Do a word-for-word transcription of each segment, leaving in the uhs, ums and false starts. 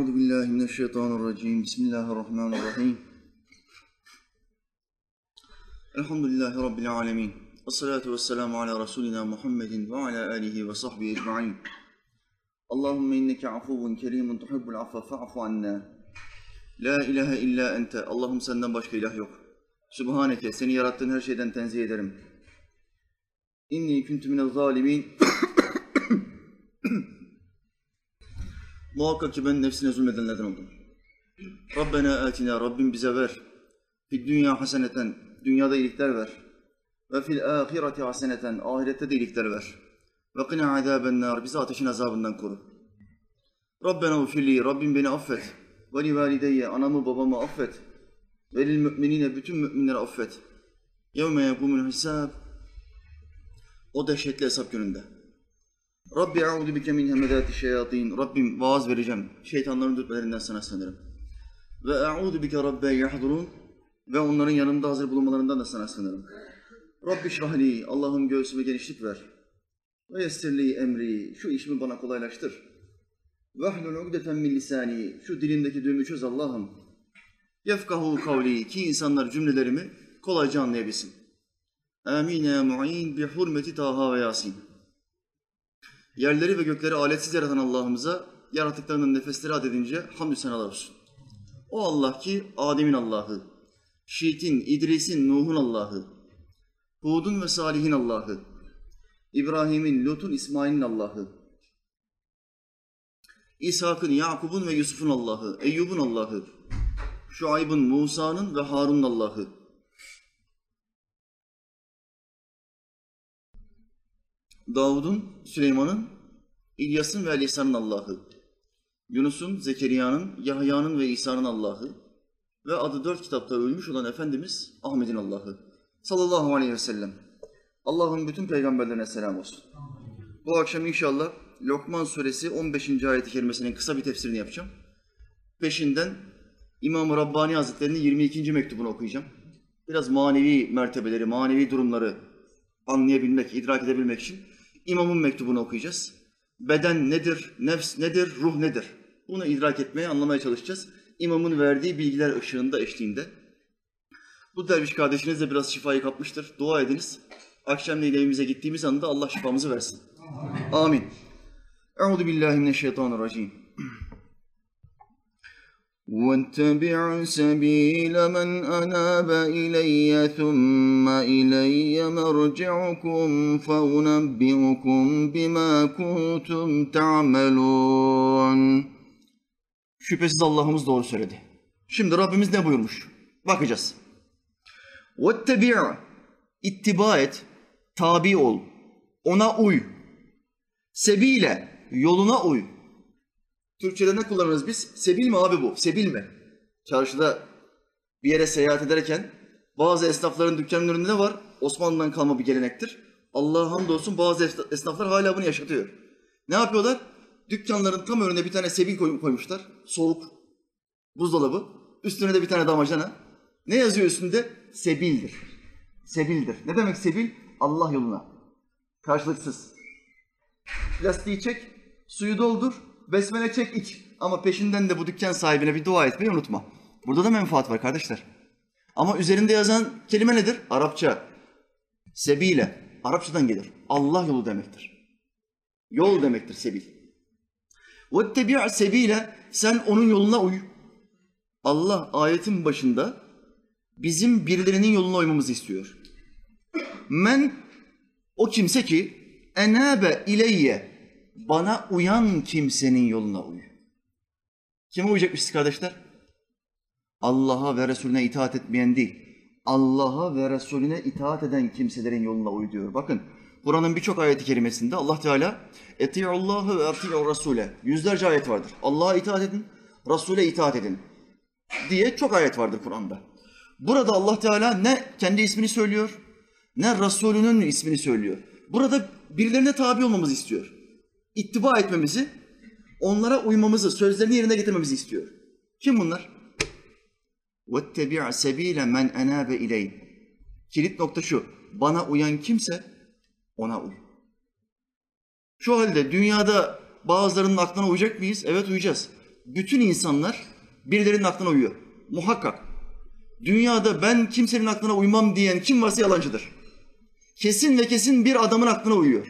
Euzu billahi mineşşeytanirracim. Bismillahirrahmanirrahim. Elhamdülillahi rabbil alamin. Essalatu vesselamu ala rasulina Muhammedin ve ala alihi ve sahbihi ecmaîn. Allahumme inneke afuvun kerimun tuhibbul affe fa'fu anna. La ilahe illa ente. Allah'ım senden başka ilah yok. Sübhaneke, seni yarattığın her şeyden tenzih ederim. İnni kuntu minez zalimin. Muhakkak ki ben nefsine zulmedenlerden oldum. Rabbena atina, Rabbim bize ver. Fid dünya haseneten, dünyada iyilikler ver. Ve fil ahireti haseneten, ahirette de iyilikler ver. Ve qina azabennar, bizi ateşin azabından koru. Rabbena ufirli, Rabbim beni affet. Ve li valideyye, anamı babamı affet. Ve lil müminine, bütün müminleri affet. Yevme yekumul hisab, o dehşetli hesap gününde. Rabbi e'udu bike min hemedati şeyatin. Rabbim vaaz vereceğim. Şeytanların dürtmelerinden sana sığınırım. Ve e'udu bike rabbe yahdurun. Ve onların yanımda hazır bulunmalarından da sana sığınırım. Rabbi şrahli. Allah'ım göğsüme genişlik ver. Ve yessirli emri. Şu işimi bana kolaylaştır. Ve ahlul ugdeten min lisani. Şu dilimdeki düğümü çöz Allah'ım. Yefkahu kavli. Ki insanlar cümlelerimi kolayca anlayabilsin. Amin ya mu'in bi hurmeti Taha ve Yasin. Yerleri ve gökleri aletsiz yaratan Allah'ımıza yaratıklarının nefesleri adedince hamdü senalar olsun. O Allah ki Adem'in Allah'ı, Şiit'in, İdris'in, Nuh'un Allah'ı, Hud'un ve Salih'in Allah'ı, İbrahim'in, Lut'un, İsmail'in Allah'ı, İshak'ın, Yakub'un ve Yusuf'un Allah'ı, Eyyub'un Allah'ı, Şuayb'ın, Musa'nın ve Harun'un Allah'ı, Davud'un, Süleyman'ın, İlyas'ın ve Aleyhisselam'ın Allah'ı, Yunus'un, Zekeriya'nın, Yahya'nın ve İsa'nın Allah'ı ve adı dört kitapta ölmüş olan Efendimiz Ahmet'in Allah'ı sallallahu aleyhi ve sellem. Allah'ın bütün peygamberlerine selam olsun. Bu akşam inşallah Lokman Suresi on beşinci ayet-i kerimesinin kısa bir tefsirini yapacağım. Peşinden İmam-ı Rabbani Hazretleri'nin yirmi ikinci mektubunu okuyacağım. Biraz manevi mertebeleri, manevi durumları anlayabilmek, idrak edebilmek için İmam'ın mektubunu okuyacağız. Beden nedir, nefs nedir, ruh nedir? Bunu idrak etmeye, anlamaya çalışacağız. İmam'ın verdiği bilgiler ışığında, eşliğinde. Bu derviş kardeşiniz de biraz şifayı kapmıştır. Dua ediniz. Akşamleyin evimize gittiğimiz anda Allah şifamızı versin. Amin. Euzu billahi mineşşeytanirracim. وَاتَّبِعْ سَبِيلَ مَنْ أَنَابَ إِلَيَّ ثُمَّ إِلَيَّ مَرْجِعُكُمْ فَأُنَبِّئُكُمْ بِمَا كُنْتُمْ تَعْمَلُونَ. Şüphesiz Allah'ımız doğru söyledi. Şimdi Rabbimiz ne buyurmuş? Bakacağız. وَاتَّبِعْ, ittiba et, tabi ol, ona uy. Sebile, yoluna uy. Türkçe'de ne kullanırız biz? Sebil mi abi bu? Sebil mi? Çarşıda bir yere seyahat ederken bazı esnafların dükkanının önünde ne var? Osmanlı'dan kalma bir gelenektir. Allah'a hamdolsun bazı esnaflar hala bunu yaşatıyor. Ne yapıyorlar? Dükkanların tam önüne bir tane sebil koymuşlar. Soğuk buzdolabı. Üstüne de bir tane damacana. Ne yazıyor üstünde? Sebildir. Sebildir. Ne demek sebil? Allah yoluna. Karşılıksız. Plastiği çek, suyu doldur. Besmele çek iç ama peşinden de bu dükkan sahibine bir dua etmeyi unutma. Burada da menfaat var kardeşler. Ama üzerinde yazan kelime nedir? Arapça. Sebile. Arapçadan gelir. Allah yolu demektir. Yol demektir sebil. وَاتَّبِعْ sebile, sen onun yoluna uy. Allah ayetin başında bizim birilerinin yoluna uymamızı istiyor. Men, o kimse ki enâbe ileyye, bana uyan kimsenin yoluna uy. Kime uyacakmışız kardeşler? Allah'a ve Resulüne itaat etmeyen değil, Allah'a ve Resulüne itaat eden kimselerin yoluna uy diyor. Bakın, Kur'an'ın birçok ayeti kerimesinde Allah Teala eti'ullâhe ve eti'ur rasûle, yüzlerce ayet vardır. Allah'a itaat edin, Resul'e itaat edin diye çok ayet vardır Kur'an'da. Burada Allah Teala ne kendi ismini söylüyor, ne Resulünün ismini söylüyor. Burada birilerine tabi olmamızı istiyor. İttiba etmemizi, onlara uymamızı, sözlerini yerine getirmemizi istiyor. Kim bunlar? وَاتَّبِعْ سَب۪يلَ مَنْ اَنَابَ اِلَيْهِ. Kilit nokta şu, bana uyan kimse ona uy. Şu halde dünyada bazılarının aklına uyacak mıyız? Evet uyacağız. bütün insanlar birilerinin aklına uyuyor. Muhakkak. Dünyada ben kimsenin aklına uymam diyen kim varsa yalancıdır. Kesin ve kesin bir adamın aklına uyuyor.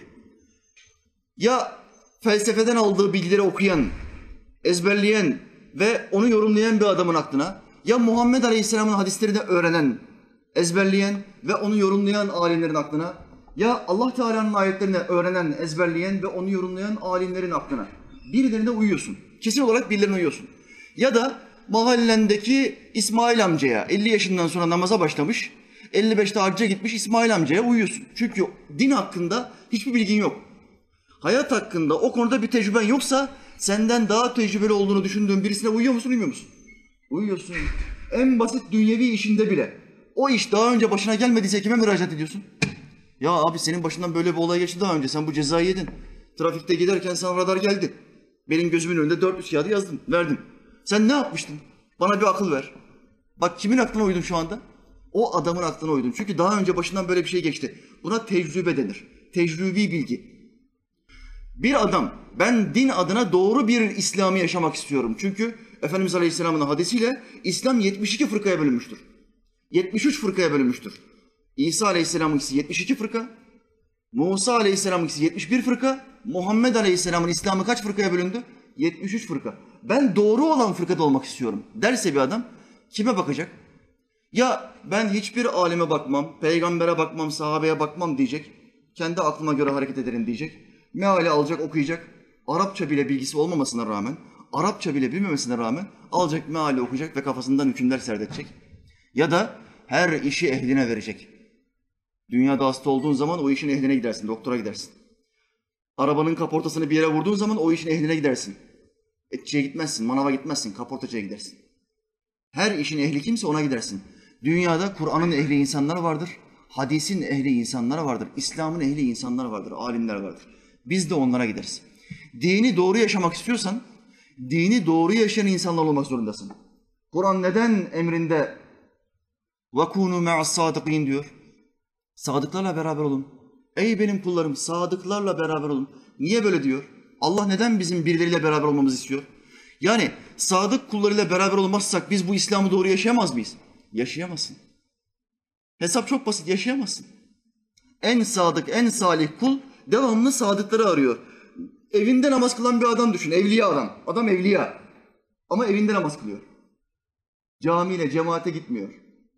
Ya felsefeden aldığı bilgileri okuyan, ezberleyen ve onu yorumlayan bir adamın aklına, ya Muhammed Aleyhisselam'ın hadislerini öğrenen, ezberleyen ve onu yorumlayan alimlerin aklına, ya Allah Teala'nın ayetlerini öğrenen, ezberleyen ve onu yorumlayan alimlerin aklına. Birilerine uyuyorsun. Kesin olarak birilerine uyuyorsun. Ya da mahallendeki İsmail amcaya, elli yaşından sonra namaza başlamış, elli beşte hacca gitmiş İsmail amcaya uyuyorsun. Çünkü din hakkında hiçbir bilgin yok. Hayat hakkında o konuda bir tecrüben yoksa senden daha tecrübeli olduğunu düşündüğün birisine uyuyor musun, uymuyor musun? Uyuyorsun. En basit dünyevi işinde bile. O iş daha önce başına gelmediyse kime müracaat ediyorsun? Ya abi senin başından böyle bir olay geçti daha önce. Sen bu cezayı yedin. Trafikte giderken sana radar geldi. Benim gözümün önünde dört yüz kağıdı yazdım, verdim. Sen ne yapmıştın? Bana bir akıl ver. Bak kimin aklına uydun şu anda? O adamın aklına uydun. Çünkü daha önce başından böyle bir şey geçti. Buna tecrübe denir. Tecrübi bilgi. Bir adam, ben din adına doğru bir İslam'ı yaşamak istiyorum. Çünkü Efendimiz Aleyhisselam'ın hadisiyle İslam yetmiş iki fırkaya bölünmüştür. yetmiş üç fırkaya bölünmüştür. İsa Aleyhisselam'ın ikisi yetmiş iki fırka, Musa Aleyhisselam'ın ikisi yetmiş bir fırka, Muhammed Aleyhisselam'ın İslam'ı kaç fırkaya bölündü? yetmiş üç fırka. Ben doğru olan fırkada olmak istiyorum derse bir adam kime bakacak? Ya ben hiçbir alime bakmam, peygambere bakmam, sahabeye bakmam diyecek. Kendi aklıma göre hareket ederim diyecek. Meali alacak, okuyacak. Arapça bile bilgisi olmamasına rağmen, Arapça bile bilmemesine rağmen alacak meali okuyacak ve kafasından hükümler serdedecek. Ya da her işi ehline verecek. Dünyada hasta olduğun zaman o işin ehline gidersin, doktora gidersin. Arabanın kaportasını bir yere vurduğun zaman o işin ehline gidersin. Etçiye gitmezsin, manava gitmezsin, kaportacıya gidersin. Her işin ehli kimse ona gidersin. Dünyada Kur'an'ın ehli insanlar vardır, hadisin ehli insanlar vardır, İslam'ın ehli insanlar vardır, alimler vardır. Biz de onlara gideriz. Dini doğru yaşamak istiyorsan, dini doğru yaşayan insanlar olmak zorundasın. Kur'an neden emrinde وَكُونُوا مَعَ الصَّادِقِينَ diyor? Sadıklarla beraber olun. Ey benim kullarım, sadıklarla beraber olun. Niye böyle diyor? Allah neden bizim birileriyle beraber olmamızı istiyor? Yani sadık kullarıyla beraber olmazsak biz bu İslam'ı doğru yaşayamaz mıyız? Yaşayamazsın. Hesap çok basit, yaşayamazsın. En sadık, en salih kul devamlı sadıkları arıyor. Evinde namaz kılan bir adam düşün, evliya adam. Adam evliya. Ama evinde namaz kılıyor. Camiyle, cemaate gitmiyor.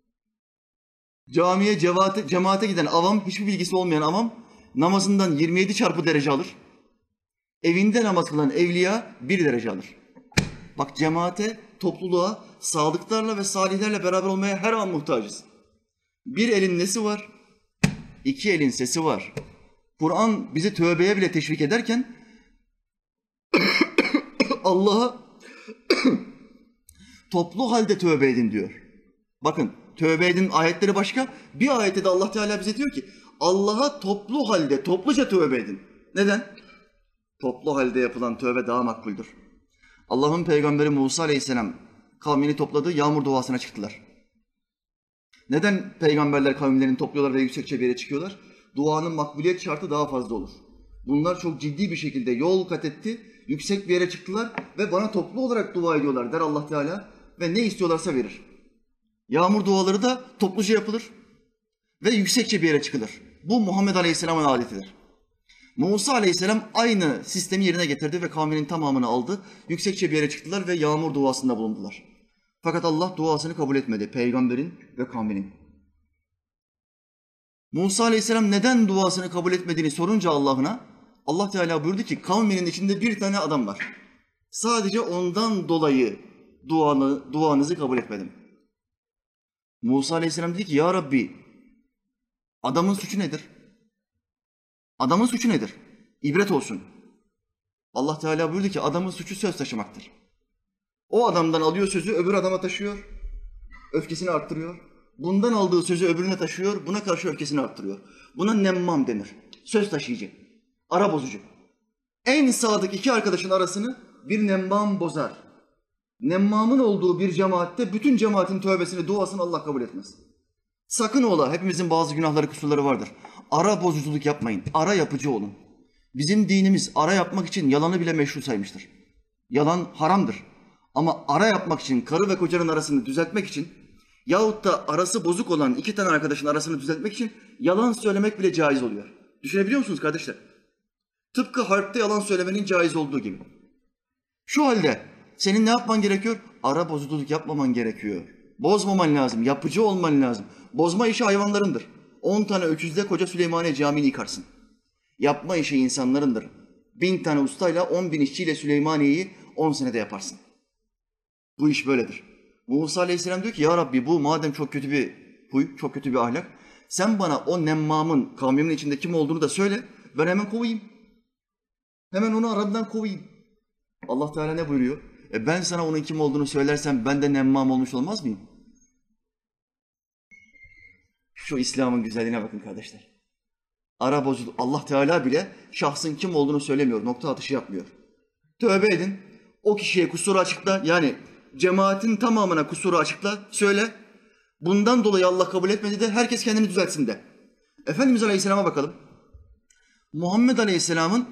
Camiye, cemaate, cemaate giden avam, hiçbir bilgisi olmayan avam namazından yirmi yedi çarpı derece alır. Evinde namaz kılan evliya bir derece alır. Bak cemaate, topluluğa, sadıklarla ve salihlerle beraber olmaya her an muhtacız. Bir elin nesi var? İki elin sesi var. Kur'an bizi tövbeye bile teşvik ederken Allah'a toplu halde tövbe edin diyor. Bakın tövbe edin ayetleri başka. Bir ayette de Allah Teala bize diyor ki Allah'a toplu halde, topluca tövbe edin. Neden? Toplu halde yapılan tövbe daha makbuldür. Allah'ın peygamberi Musa Aleyhisselam kavmini topladı, yağmur duasına çıktılar. Neden peygamberler kavimlerini topluyorlar ve yüksekçe bir yere çıkıyorlar? Duanın makbuliyet şartı daha fazla olur. Bunlar çok ciddi bir şekilde yol kat etti, yüksek bir yere çıktılar ve bana toplu olarak dua ediyorlar der Allah Teala ve ne istiyorlarsa verir. Yağmur duaları da topluca yapılır ve yüksekçe bir yere çıkılır. Bu Muhammed Aleyhisselam'ın adetidir. Musa Aleyhisselam aynı sistemi yerine getirdi ve kavminin tamamını aldı. Yüksekçe bir yere çıktılar ve yağmur duasında bulundular. Fakat Allah duasını kabul etmedi peygamberin ve kavminin. Musa Aleyhisselam neden duasını kabul etmediğini sorunca Allah'ına, Allah Teala buyurdu ki kavminin içinde bir tane adam var. Sadece ondan dolayı duanı, duanızı kabul etmedim. Musa Aleyhisselam dedi ki ya Rabbi adamın suçu nedir? Adamın suçu nedir? İbret olsun. Allah Teala buyurdu ki adamın suçu söz taşımaktır. O adamdan alıyor sözü öbür adama taşıyor, öfkesini arttırıyor. Bundan aldığı sözü öbürüne taşıyor, buna karşı öfkesini arttırıyor. Buna nemmam denir. Söz taşıyıcı, ara bozucu. En sadık iki arkadaşın arasını bir nemmam bozar. Nemmamın olduğu bir cemaatte bütün cemaatin tövbesini, duasını Allah kabul etmez. Sakın ola, hepimizin bazı günahları, kusurları vardır. Ara bozuculuk yapmayın, ara yapıcı olun. Bizim dinimiz ara yapmak için yalanı bile meşru saymıştır. Yalan haramdır. Ama ara yapmak için, karı ve kocanın arasını düzeltmek için yahut da arası bozuk olan iki tane arkadaşın arasını düzeltmek için yalan söylemek bile caiz oluyor. Düşünebiliyor musunuz kardeşler? Tıpkı harpte yalan söylemenin caiz olduğu gibi. Şu halde senin ne yapman gerekiyor? Ara bozukluk yapmaman gerekiyor. Bozmaman lazım, yapıcı olman lazım. Bozma işi hayvanlarındır. On tane öküzle koca Süleymaniye Camii'ni yıkarsın. Yapma işi insanlarındır. Bin tane ustayla on bin işçiyle Süleymaniye'yi on senede yaparsın. Bu iş böyledir. Musa Aleyhisselam diyor ki ya Rabbi bu madem çok kötü bir huy, çok kötü bir ahlak, sen bana o nemmamın kavmimin içinde kim olduğunu da söyle, ben hemen kovayım. Hemen onu aramdan kovayım. Allah Teala ne buyuruyor? E ben sana onun kim olduğunu söylersem ben de nemmam olmuş olmaz mıyım? Şu İslam'ın güzelliğine bakın kardeşler. Ara bozuldu. Allah Teala bile şahsın kim olduğunu söylemiyor, nokta atışı yapmıyor. Tövbe edin, o kişiye kusuru açıkla, yani cemaatin tamamına kusuru açıkla, söyle. Bundan dolayı Allah kabul etmedi de herkes kendini düzeltsin de. Efendimiz Aleyhisselam'a bakalım. Muhammed Aleyhisselam'ın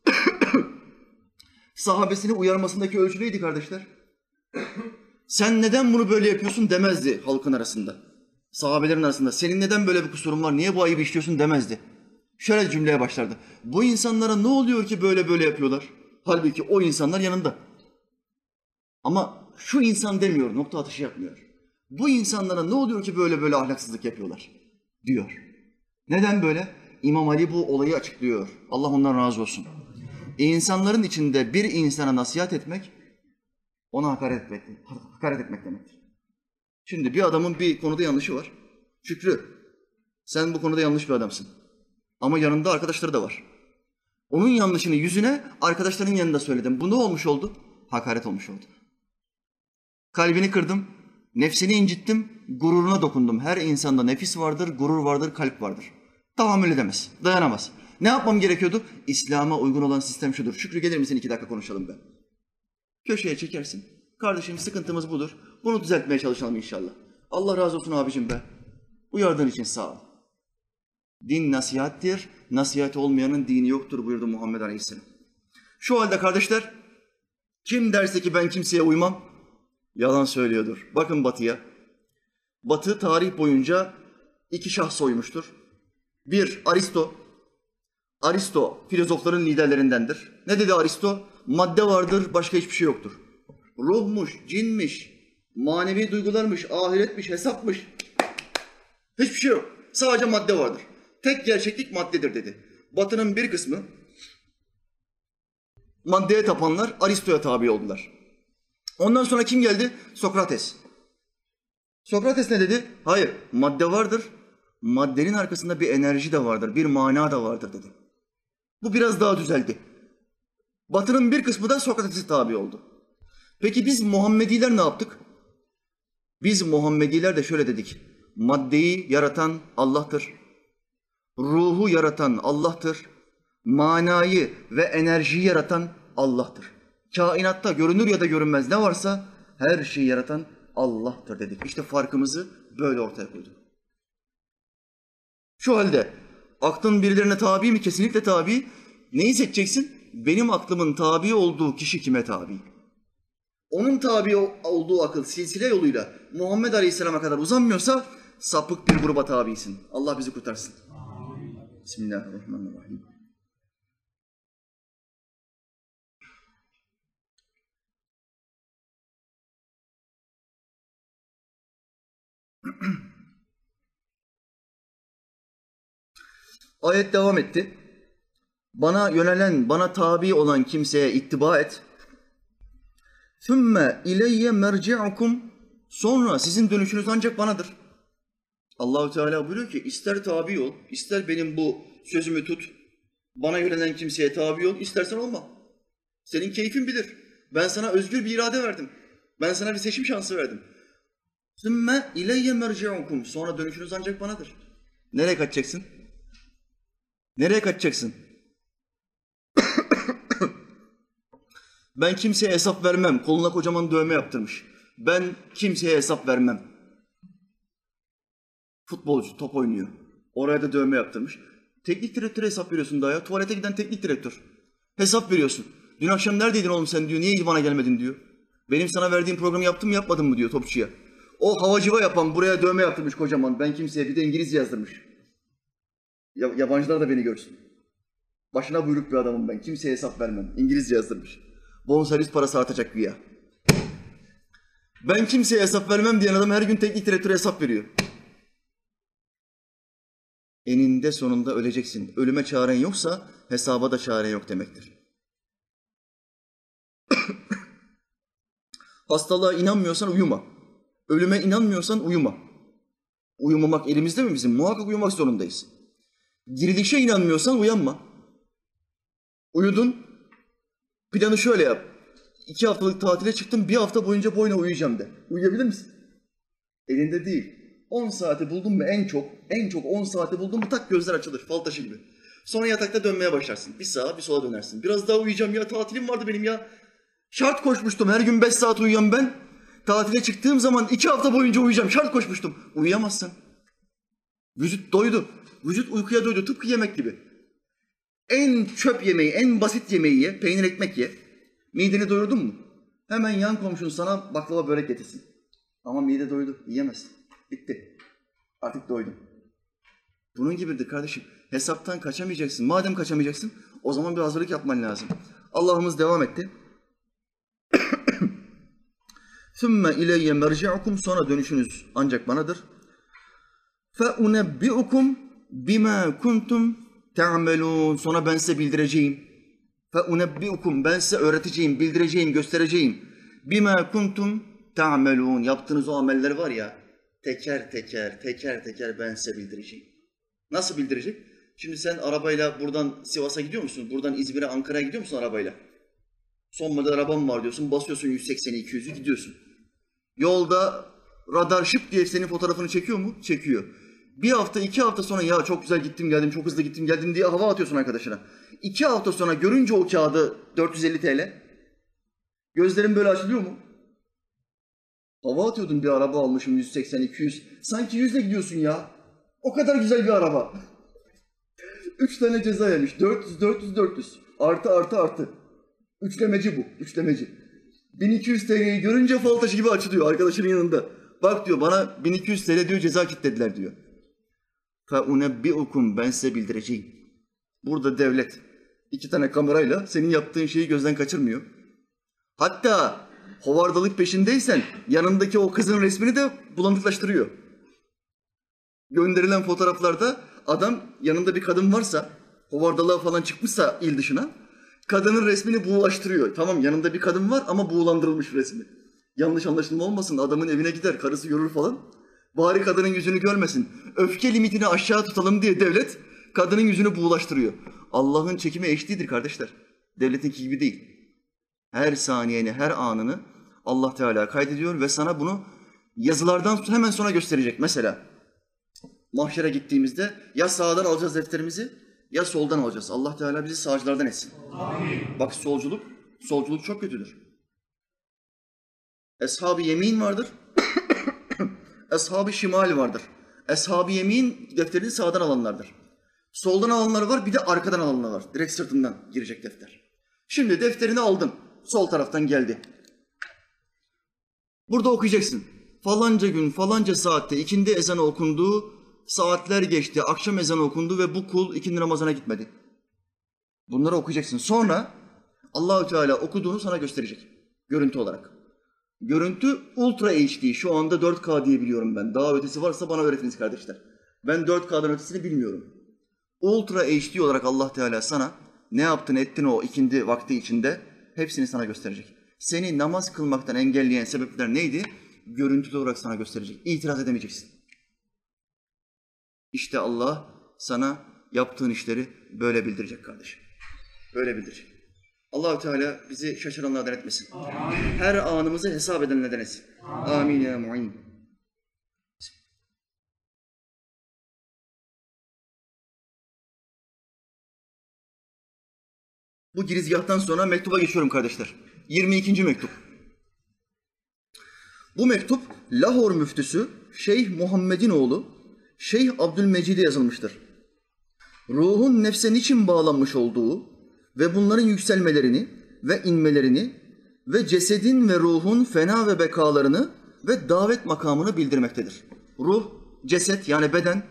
sahabesini uyarmasındaki ölçü neydi kardeşler? Sen neden bunu böyle yapıyorsun demezdi halkın arasında. Sahabelerin arasında. Senin neden böyle bir kusurun var, niye bu ayıbı işliyorsun demezdi. Şöyle cümleye başlardı. Bu insanlara ne oluyor ki böyle böyle yapıyorlar? Halbuki o insanlar yanında. Ama şu insan demiyor, nokta atışı yapmıyor. Bu insanlara ne oluyor ki böyle böyle ahlaksızlık yapıyorlar diyor. Neden böyle? İmam Ali bu olayı açıklıyor. Allah ondan razı olsun. İnsanların içinde bir insana nasihat etmek, ona hakaret etmek, hakaret etmek demektir. Şimdi bir adamın bir konuda yanlışı var. Şükrü, sen bu konuda yanlış bir adamsın. Ama yanında arkadaşları da var. Onun yanlışını yüzüne arkadaşların yanında söyledim. Bu ne olmuş oldu? Hakaret olmuş oldu. Kalbini kırdım, nefsini incittim, gururuna dokundum. Her insanda nefis vardır, gurur vardır, kalp vardır. Tahammül edemez, dayanamaz. Ne yapmam gerekiyordu? İslam'a uygun olan sistem şudur. Şükrü gelir misin iki dakika konuşalım be. Köşeye çekersin. Kardeşim sıkıntımız budur. Bunu düzeltmeye çalışalım inşallah. Allah razı olsun abicim be. Uyardığın için sağ ol. Din nasihattir, nasihat olmayanın dini yoktur buyurdu Muhammed Aleyhisselam. Şu halde kardeşler, kim derse ki ben kimseye uymam, yalan söylüyordur. Bakın Batı'ya. Batı tarih boyunca iki şahs oymuştur. Bir, Aristo. Aristo filozofların liderlerindendir. Ne dedi Aristo? Madde vardır, başka hiçbir şey yoktur. Ruhmuş, cinmiş, manevi duygularmış, ahiretmiş, hesapmış. Hiçbir şey yok. Sadece madde vardır. Tek gerçeklik maddedir dedi. Batı'nın bir kısmı maddeye tapanlar Aristo'ya tabi oldular. Ondan sonra kim geldi? Sokrates. Sokrates ne dedi? Hayır, madde vardır. Maddenin arkasında bir enerji de vardır, bir mana da vardır dedi. Bu biraz daha düzeldi. Batı'nın bir kısmı da Sokrates'e tabi oldu. Peki biz Muhammediler ne yaptık? Biz Muhammediler de şöyle dedik. Maddeyi yaratan Allah'tır. Ruhu yaratan Allah'tır. Manayı ve enerjiyi yaratan Allah'tır. Kainatta görünür ya da görünmez ne varsa her şeyi yaratan Allah'tır dedik. İşte farkımızı böyle ortaya koyduk. Şu halde aklın birilerine tabi mi? Kesinlikle tabi. Neyi seçeceksin? Benim aklımın tabi olduğu kişi kime tabi? Onun tabi olduğu akıl silsile yoluyla Muhammed Aleyhisselam'a kadar uzanmıyorsa sapık bir gruba tabisin. Allah bizi kurtarsın. Bismillahirrahmanirrahim. Ayet devam etti. Bana yönelen, bana tabi olan kimseye ittiba et. ثُمَّ اِلَيَّ مَرْجِعُكُمْ Sonra sizin dönüşünüz ancak banadır. Allah-u Teala buyuruyor ki ister tabi ol, ister benim bu sözümü tut, bana yönelen kimseye tabi ol, istersen olma. Senin keyfin bilir. Ben sana özgür bir irade verdim. Ben sana bir seçim şansı verdim. ثُمَّ اِلَيَّ مَرْجِعُكُمْ Sonra dönüşünüz ancak banadır. Nereye kaçacaksın? Nereye kaçacaksın? Ben kimseye hesap vermem. Koluna kocaman dövme yaptırmış. Ben kimseye hesap vermem. Futbolcu top oynuyor. Oraya da dövme yaptırmış. Teknik direktöre hesap veriyorsun daha ya. Tuvalete giden teknik direktör. Hesap veriyorsun. Dün akşam neredeydin oğlum sen diyor. Niye bana gelmedin diyor. Benim sana verdiğim programı yaptım mı yapmadın mı diyor topçuya. O havacıva yapan buraya dövme yaptırmış kocaman. Ben kimseye bir de İngilizce yazdırmış. Ya, yabancılar da beni görsün. Başına buyruk bir adamım ben. Kimseye hesap vermem. İngilizce yazdırmış. Bonservis parası artacak güya. Ben kimseye hesap vermem diyen adam her gün teknik direktöre hesap veriyor. Eninde sonunda öleceksin. Ölüme çaren yoksa hesaba da çaren yok demektir. Hastalığa inanmıyorsan uyuma. Ölüme inanmıyorsan uyuma. Uyumamak elimizde mi bizim? Muhakkak uyumak zorundayız. Dirilişe inanmıyorsan uyanma. Uyudun, planı şöyle yap. İki haftalık tatile çıktım, bir hafta boyunca boyuna uyuyacağım de. Uyuyabilir misin? Elinde değil. On saati buldun mu en çok, en çok on saati buldun mu tak gözler açılır, fal taşı gibi. Sonra yatakta dönmeye başlarsın. Bir sağa bir sola dönersin. Biraz daha uyuyacağım ya, tatilim vardı benim ya. Şart koşmuştum, her gün beş saat uyuyan ben. Tatile çıktığım zaman iki hafta boyunca uyuyacağım, şart koşmuştum. Uyuyamazsın. Vücut doydu. Vücut uykuya doydu, tıpkı yemek gibi. En çöp yemeği, en basit yemeği ye, peynir ekmek ye. Mideni doyurdun mu? Hemen yan komşun sana baklava börek getirsin. Ama mide doydu, yiyemezsin. Bitti. Artık doydum. Bunun gibidir kardeşim. Hesaptan kaçamayacaksın. Madem kaçamayacaksın, o zaman bir hazırlık yapman lazım. Allah'ımız devam etti. ثُمَّ اِلَيَّ مَرْجِعُكُمْ Sonra dönüşünüz ancak banadır. فَاُنَبِّئُكُمْ بِمَا كُنْتُمْ تَعْمَلُونَ Sonra ben size bildireceğim. فَاُنَبِّئُكُمْ Ben size öğreteceğim, bildireceğim, göstereceğim. بِمَا كُنْتُمْ تَعْمَلُونَ Yaptığınız o ameller var ya, teker teker, teker teker ben size bildireceğim. Nasıl bildirecek? Şimdi sen arabayla buradan Sivas'a gidiyor musun? Buradan İzmir'e, Ankara'ya gidiyor musun arabayla? Son model arabam var diyorsun, basıyorsun yüz sekseni iki yüzü gidiyorsun. Yolda radar şıp diye senin fotoğrafını çekiyor mu? Çekiyor. Bir hafta, iki hafta sonra ya çok güzel gittim geldim, çok hızlı gittim geldim diye hava atıyorsun arkadaşına. İki hafta sonra görünce o kağıdı dört yüz elli TL, gözlerin böyle açılıyor mu? Hava atıyordun, bir araba almışım yüz seksen iki yüz. Sanki yüzle gidiyorsun ya. O kadar güzel bir araba. Üç tane ceza yemiş. dört yüz, dört yüz, dört yüz. Artı, artı, artı. Üçlemeci bu. Üçlemeci. bin iki yüz T L'yi görünce fal taşı gibi açılıyor arkadaşının yanında. Bak diyor, bana bin iki yüz T L diyor ceza kilitlediler diyor. فَاُنَبِّئُكُمْ Ben size bildireceğim. Burada devlet iki tane kamerayla senin yaptığın şeyi gözden kaçırmıyor. Hatta hovardalık peşindeysen yanındaki o kızın resmini de bulanıklaştırıyor. Gönderilen fotoğraflarda adam yanında bir kadın varsa, hovardalığa falan çıkmışsa il dışına, kadının resmini buğulaştırıyor. Tamam, yanında bir kadın var ama buğulandırılmış resmi. Yanlış anlaşılma olmasın, adamın evine gider, karısı görür falan. Bari kadının yüzünü görmesin. Öfke limitini aşağı tutalım diye devlet kadının yüzünü buğulaştırıyor. Allah'ın çekimi eşitlidir kardeşler. Devletinki gibi değil. Her saniyeni, her anını Allah Teala kaydediyor ve sana bunu yazılardan hemen sonra gösterecek. Mesela mahşere gittiğimizde ya sağdan alacağız defterimizi ya soldan alacağız. Allah Teala bizi sağcılardan etsin. Amin. Bak solculuk, solculuk çok kötüdür. Eshab-ı yemin vardır. Eshab-ı şimal vardır. Eshab-ı yemin defterini sağdan alanlardır. Soldan alanlar var, bir de arkadan alanlar var. Direkt sırtından girecek defter. Şimdi defterini aldın. Sol taraftan geldi. Burada okuyacaksın. Falanca gün, falanca saatte ikindi ezanı okundu, saatler geçti, akşam ezanı okundu ve bu kul ikindi namazına gitmedi. Bunları okuyacaksın. Sonra Allah-u Teala okuduğunu sana gösterecek. Görüntü olarak. Görüntü Ultra H D. Şu anda dört K diye biliyorum ben. Daha ötesi varsa bana öğretiniz kardeşler. Ben dört K'dan ötesini bilmiyorum. Ultra H D olarak Allah Teala sana ne yaptın ettin o ikindi vakti içinde hepsini sana gösterecek. Seni namaz kılmaktan engelleyen sebepler neydi? Görüntülü olarak sana gösterecek. İtiraz edemeyeceksin. İşte Allah sana yaptığın işleri böyle bildirecek kardeşim. Böyle bildirecek. Allah-u Teala bizi şaşıranlardan etmesin. Amin. Her anımızı hesap edenlerden etsin. Amin, Amin ya mu'in. Bu girizgahtan sonra mektuba geçiyorum kardeşler. yirmi ikinci mektup. Bu mektup Lahor müftüsü Şeyh Muhammed'in oğlu Şeyh Abdülmecid'e yazılmıştır. Ruhun nefse niçin bağlanmış olduğu ve bunların yükselmelerini ve inmelerini ve cesedin ve ruhun fena ve bekalarını ve davet makamını bildirmektedir. Ruh, ceset yani beden,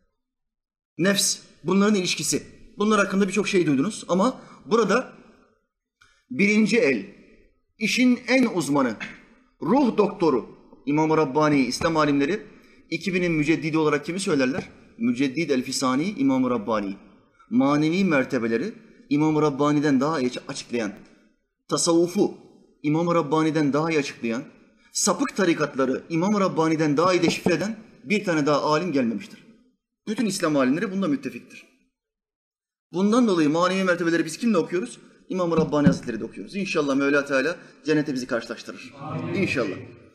nefs, bunların ilişkisi. Bunlar hakkında birçok şey duydunuz ama burada birinci el, işin en uzmanı, ruh doktoru İmam-ı Rabbani, İslam alimleri iki binin müceddidi olarak kimi söylerler? Müceddid el-Fisani, İmam-ı Rabbani. Manevi mertebeleri İmam-ı Rabbani'den daha iyi açıklayan, tasavvufu İmam-ı Rabbani'den daha iyi açıklayan, sapık tarikatları İmam-ı Rabbani'den daha iyi deşifre eden bir tane daha alim gelmemiştir. Bütün İslam alimleri bunda müttefiktir. Bundan dolayı manevi mertebeleri biz kimle okuyoruz? İmam-ı Rabbani Hazretleri de okuyoruz. İnşallah Mevla Teala cennete bizi karşılaştırır. Amin. İnşallah.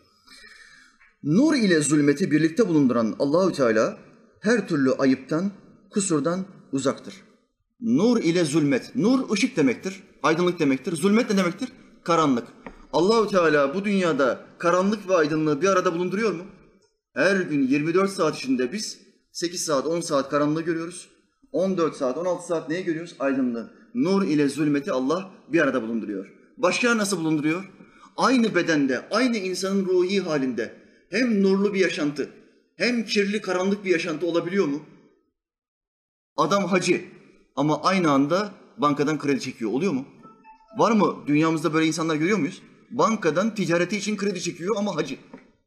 Nur ile zulmeti birlikte bulunduran Allahü Teala her türlü ayıptan, kusurdan uzaktır. Nur ile zulmet. Nur ışık demektir, aydınlık demektir. Zulmet ne demektir? Karanlık. Allahü Teala bu dünyada karanlık ve aydınlığı bir arada bulunduruyor mu? Her gün yirmi dört saat içinde biz sekiz saat, on saat karanlığı görüyoruz. on dört saat, on altı saat neye görüyoruz? Aydınlığı. Nur ile zulmeti Allah bir arada bulunduruyor. Başka nasıl bulunduruyor? Aynı bedende, aynı insanın ruhi halinde hem nurlu bir yaşantı, hem kirli, karanlık bir yaşantı olabiliyor mu? Adam hacı ama aynı anda bankadan kredi çekiyor. Oluyor mu? Var mı? Dünyamızda böyle insanlar görüyor muyuz? Bankadan ticareti için kredi çekiyor ama hacı.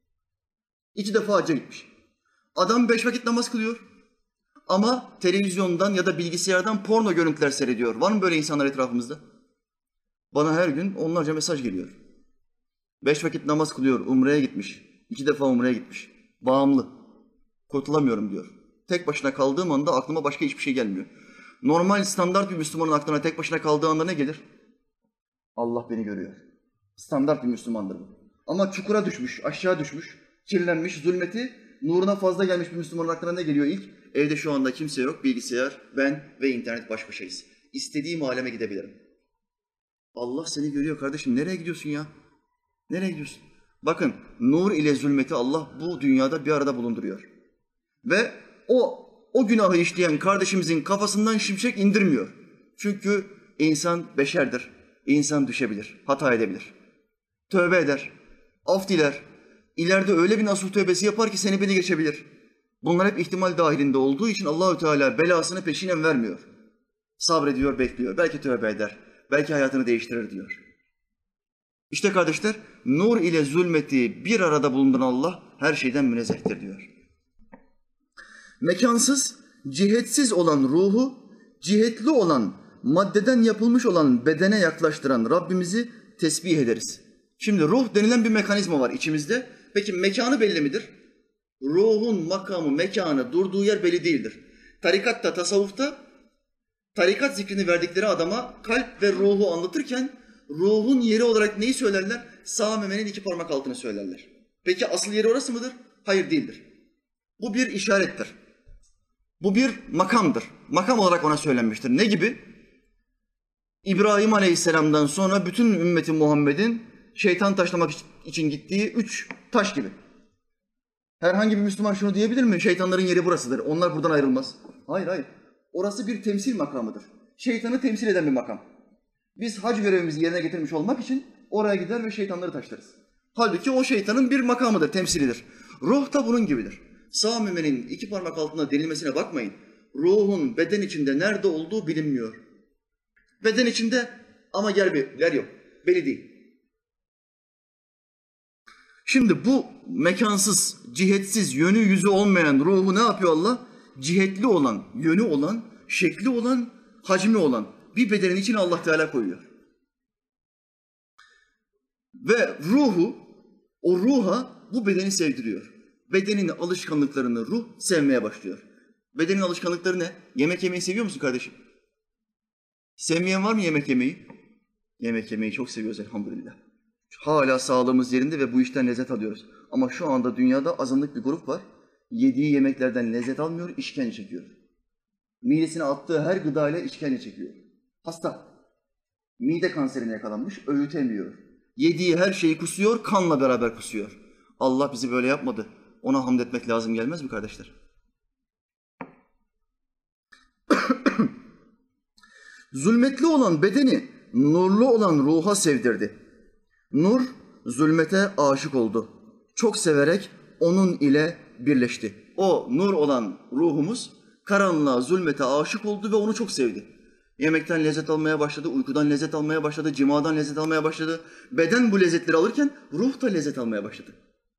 İki defa hacca gitmiş. Adam beş vakit namaz kılıyor. Ama televizyondan ya da bilgisayardan porno görüntüler seyrediyor. Var mı böyle insanlar etrafımızda? Bana her gün onlarca mesaj geliyor. Beş vakit namaz kılıyor, umreye gitmiş. İki defa umreye gitmiş. Bağımlı. Kurtulamıyorum diyor. Tek başına kaldığım anda aklıma başka hiçbir şey gelmiyor. Normal, standart bir Müslümanın aklına tek başına kaldığı anda ne gelir? Allah beni görüyor. Standart bir Müslümandır bu. Ama çukura düşmüş, aşağı düşmüş, kirlenmiş, zulmeti nuruna fazla gelmiş bir Müslümanın aklına ne geliyor ilk? Evde şu anda kimse yok, bilgisayar, ben ve internet baş başayız. İstediğim aleme gidebilirim. Allah seni görüyor kardeşim. Nereye gidiyorsun ya? Nereye gidiyorsun? Bakın, nur ile zulmeti Allah bu dünyada bir arada bulunduruyor. Ve o o günahı işleyen kardeşimizin kafasından şimşek indirmiyor. Çünkü insan beşerdir. İnsan düşebilir, hata edebilir. Tövbe eder, af diler. İleride öyle bir nasuh tövbesi yapar ki seni beni geçebilir. Bunlar hep ihtimal dahilinde olduğu için Allahü Teala belasını peşinen vermiyor. Sabrediyor, bekliyor. Belki tövbe eder, belki hayatını değiştirir diyor. İşte kardeşler, nur ile zulmeti bir arada bulunduran Allah her şeyden münezzehtir diyor. Mekansız, cihetsiz olan ruhu, cihetli olan, maddeden yapılmış olan bedene yaklaştıran Rabbimizi tesbih ederiz. Şimdi ruh denilen bir mekanizma var içimizde. Peki mekanı belli midir? Ruhun makamı, mekanı, durduğu yer belli değildir. Tarikatta, tasavvufta, tarikat zikrini verdikleri adama kalp ve ruhu anlatırken ruhun yeri olarak neyi söylerler? Sağ memenin iki parmak altını söylerler. Peki asıl yeri orası mıdır? Hayır, değildir. Bu bir işarettir. Bu bir makamdır. Makam olarak ona söylenmiştir. Ne gibi? İbrahim Aleyhisselam'dan sonra bütün ümmeti Muhammed'in şeytan taşlamak için gittiği üç taş gibi. Herhangi bir Müslüman şunu diyebilir mi? Şeytanların yeri burasıdır. Onlar buradan ayrılmaz. Hayır, hayır. Orası bir temsil makamıdır. Şeytanı temsil eden bir makam. Biz hac görevimizi yerine getirmiş olmak için oraya gider ve şeytanları taşlarız. Halbuki o şeytanın bir makamıdır, temsilidir. Ruh da bunun gibidir. Sağ memenin iki parmak altına denilmesine bakmayın. Ruhun beden içinde nerede olduğu bilinmiyor. Beden içinde ama yer, yer yok. Belli değil. Şimdi bu mekansız, cihetsiz, yönü yüzü olmayan ruhu ne yapıyor Allah? Cihetli olan, yönü olan, şekli olan, hacmi olan bir bedenin içine Allah Teala koyuyor. Ve ruhu, o ruha bu bedeni sevdiriyor. Bedenin alışkanlıklarını ruh sevmeye başlıyor. Bedenin alışkanlıkları ne? Yemek yemeyi seviyor musun kardeşim? Sevmeyen var mı yemek yemeyi? Yemek yemeyi çok seviyoruz elhamdülillah. Hala sağlığımız yerinde ve bu işten lezzet alıyoruz. Ama şu anda dünyada azınlık bir grup var. Yediği yemeklerden lezzet almıyor, işkence çekiyor. Midesine attığı her gıdayla işkence çekiyor. Hasta. Mide kanserine yakalanmış, öğütemiyor. Yediği her şeyi kusuyor, kanla beraber kusuyor. Allah bizi böyle yapmadı. Ona hamd etmek lazım gelmez mi kardeşler? Zulmetli olan bedeni nurlu olan ruha sevdirdi. Nur zulmete aşık oldu. Çok severek onun ile birleşti. O nur olan ruhumuz karanlığa, zulmete aşık oldu ve onu çok sevdi. Yemekten lezzet almaya başladı, uykudan lezzet almaya başladı, cimadan lezzet almaya başladı. Beden bu lezzetleri alırken ruh da lezzet almaya başladı.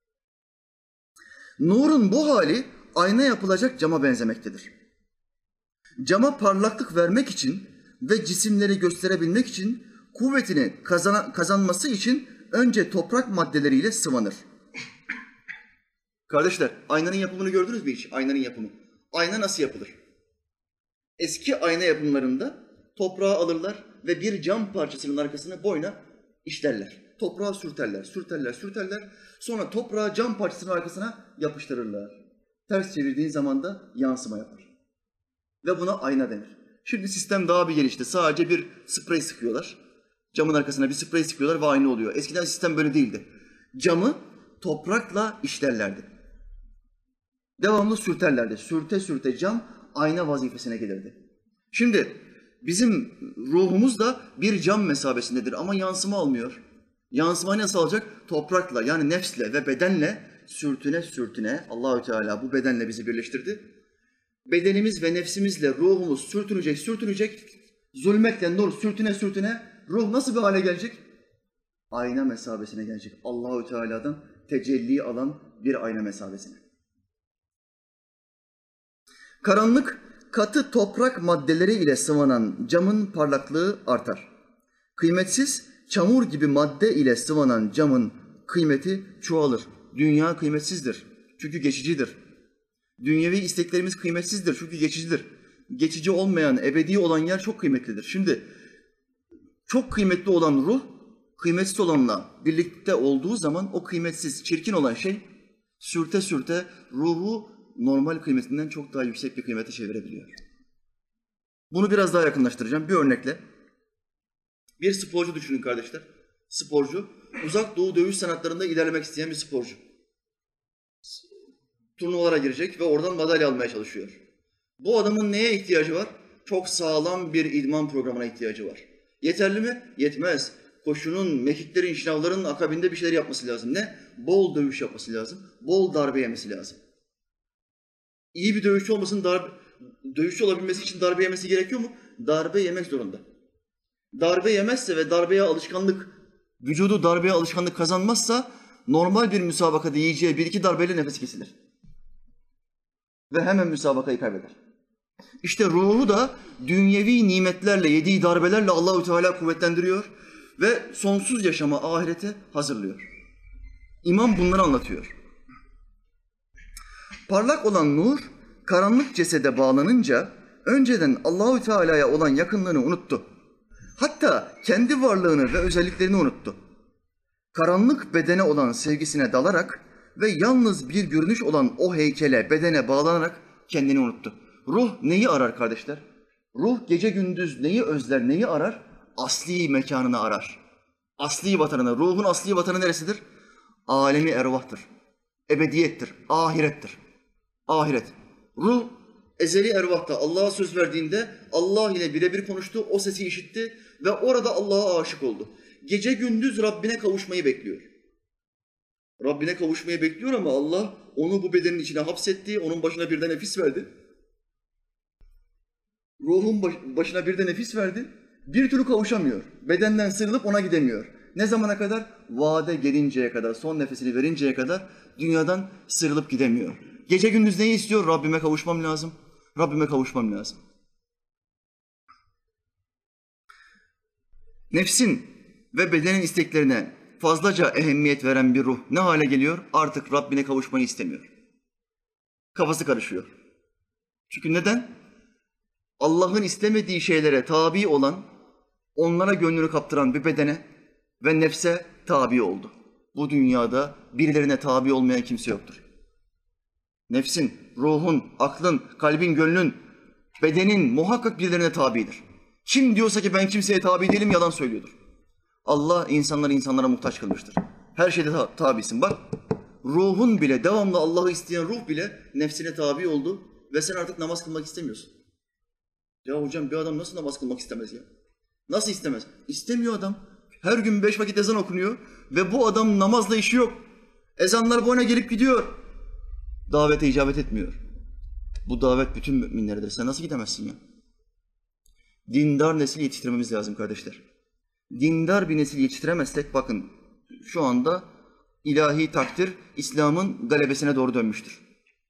Nurun bu hali ayna yapılacak cama benzemektedir. Cama parlaklık vermek için ve cisimleri gösterebilmek için kuvvetini kazana, kazanması için önce toprak maddeleriyle sıvanır. Kardeşler, aynanın yapımını gördünüz mü hiç? Aynanın yapımı. Ayna nasıl yapılır? Eski ayna yapımlarında toprağı alırlar ve bir cam parçasının arkasına boyuna işlerler. Toprağı sürterler, sürterler, sürterler. Sonra toprağı cam parçasının arkasına yapıştırırlar. Ters çevirdiğin zaman da yansıma yapar. Ve buna ayna denir. Şimdi sistem daha bir gelişti. Sadece bir sprey sıkıyorlar. Camın arkasına bir sprey sıkıyorlar ve ayna oluyor. Eskiden sistem böyle değildi. Camı toprakla işlerlerdi. Devamlı sürterlerdi. Sürte sürte cam ayna vazifesine gelirdi. Şimdi bizim ruhumuz da bir cam mesabesindedir ama yansıma almıyor. Yansıma nasıl alacak? Toprakla, yani nefsle ve bedenle sürtüne sürtüne Allahü Teala bu bedenle bizi birleştirdi. Bedenimiz ve nefsimizle ruhumuz sürtünecek sürtünecek, zulmetle nur sürtüne sürtüne ruh nasıl bir hale gelecek? Ayna mesabesine gelecek. Allahü Teala'dan tecelli alan bir ayna mesabesine. Karanlık, katı toprak maddeleri ile sıvanan camın parlaklığı artar. Kıymetsiz, çamur gibi madde ile sıvanan camın kıymeti çoğalır. Dünya kıymetsizdir çünkü geçicidir. Dünyevi isteklerimiz kıymetsizdir çünkü geçicidir. Geçici olmayan, ebedi olan yer çok kıymetlidir. Şimdi çok kıymetli olan ruh, kıymetsiz olanla birlikte olduğu zaman o kıymetsiz, çirkin olan şey sürte sürte ruhu normal kıymetinden çok daha yüksek bir kıymete çevirebiliyor. Bunu biraz daha yakınlaştıracağım bir örnekle. Bir sporcu düşünün kardeşler. Sporcu, uzak doğu dövüş sanatlarında ilerlemek isteyen bir sporcu. Turnuvalara girecek ve oradan madalya almaya çalışıyor. Bu adamın neye ihtiyacı var? Çok sağlam bir idman programına ihtiyacı var. Yeterli mi? Yetmez. Koşunun, mekiklerin, şınavların akabinde bir şeyler yapması lazım. Ne? Bol dövüş yapması lazım. Bol darbe yemesi lazım. İyi bir dövüşçü olmasın, darbe, dövüşçü olabilmesi için darbe yemesi gerekiyor mu? Darbe yemek zorunda. Darbe yemezse ve darbeye alışkanlık, vücudu darbeye alışkanlık kazanmazsa normal bir müsabakada yiyeceği bir iki darbeyle nefes kesilir. Ve hemen müsabakayı kaybeder. İşte ruhu da dünyevi nimetlerle, yediği darbelerle Allahü Teala kuvvetlendiriyor ve sonsuz yaşama, ahirete hazırlıyor. İmam bunları anlatıyor. Parlak olan nur, karanlık cesede bağlanınca önceden Allahü Teala'ya olan yakınlığını unuttu. Hatta kendi varlığını ve özelliklerini unuttu. Karanlık bedene olan sevgisine dalarak ve yalnız bir görünüş olan o heykele, bedene bağlanarak kendini unuttu. Ruh neyi arar kardeşler? Ruh gece gündüz neyi özler, neyi arar? Asli mekanını arar. Asli vatanını, ruhun asli vatanı neresidir? Alemi ervahtır, ebediyettir, ahirettir. Ahiret. Ruh ezeli ervahta Allah'a söz verdiğinde Allah ile birebir konuştu, o sesi işitti ve orada Allah'a aşık oldu. Gece gündüz Rabbine kavuşmayı bekliyor. Rabbine kavuşmayı bekliyor ama Allah onu bu bedenin içine hapsetti, onun başına bir de nefis verdi. Ruhun başına bir de nefis verdi, bir türlü kavuşamıyor. Bedenden sıyrılıp ona gidemiyor. Ne zamana kadar? Vade gelinceye kadar, son nefesini verinceye kadar dünyadan sıyrılıp gidemiyor. Gece gündüz neyi istiyor? Rabbime kavuşmam lazım. Rabbime kavuşmam lazım. Nefsin ve bedenin isteklerine fazlaca ehemmiyet veren bir ruh ne hale geliyor? Artık Rabbine kavuşmayı istemiyor. Kafası karışıyor. Çünkü neden? Allah'ın istemediği şeylere tabi olan, onlara gönlünü kaptıran bir bedene ve nefse tabi oldu. Bu dünyada birilerine tabi olmayan kimse yoktur. Nefsin, ruhun, aklın, kalbin, gönlün, bedenin muhakkak birilerine tabidir. Kim diyorsa ki ben kimseye tabi değilim yalan söylüyordur. Allah insanları insanlara muhtaç kılmıştır. Her şeyde ta- tabisin. Bak, ruhun bile, devamlı Allah'ı isteyen ruh bile nefsine tabi oldu ve sen artık namaz kılmak istemiyorsun. Ya hocam bir adam nasıl namaz kılmak istemez ya? Nasıl istemez? İstemiyor adam. Her gün beş vakit ezan okunuyor ve bu adam namazla işi yok. Ezanlar boyuna gelip gidiyor. Davete icabet etmiyor. Bu davet bütün müminleredir. Sen nasıl gidemezsin ya? Dindar nesil yetiştirmemiz lazım kardeşler. Dindar bir nesil yetiştiremezsek bakın şu anda ilahi takdir İslam'ın galebesine doğru dönmüştür.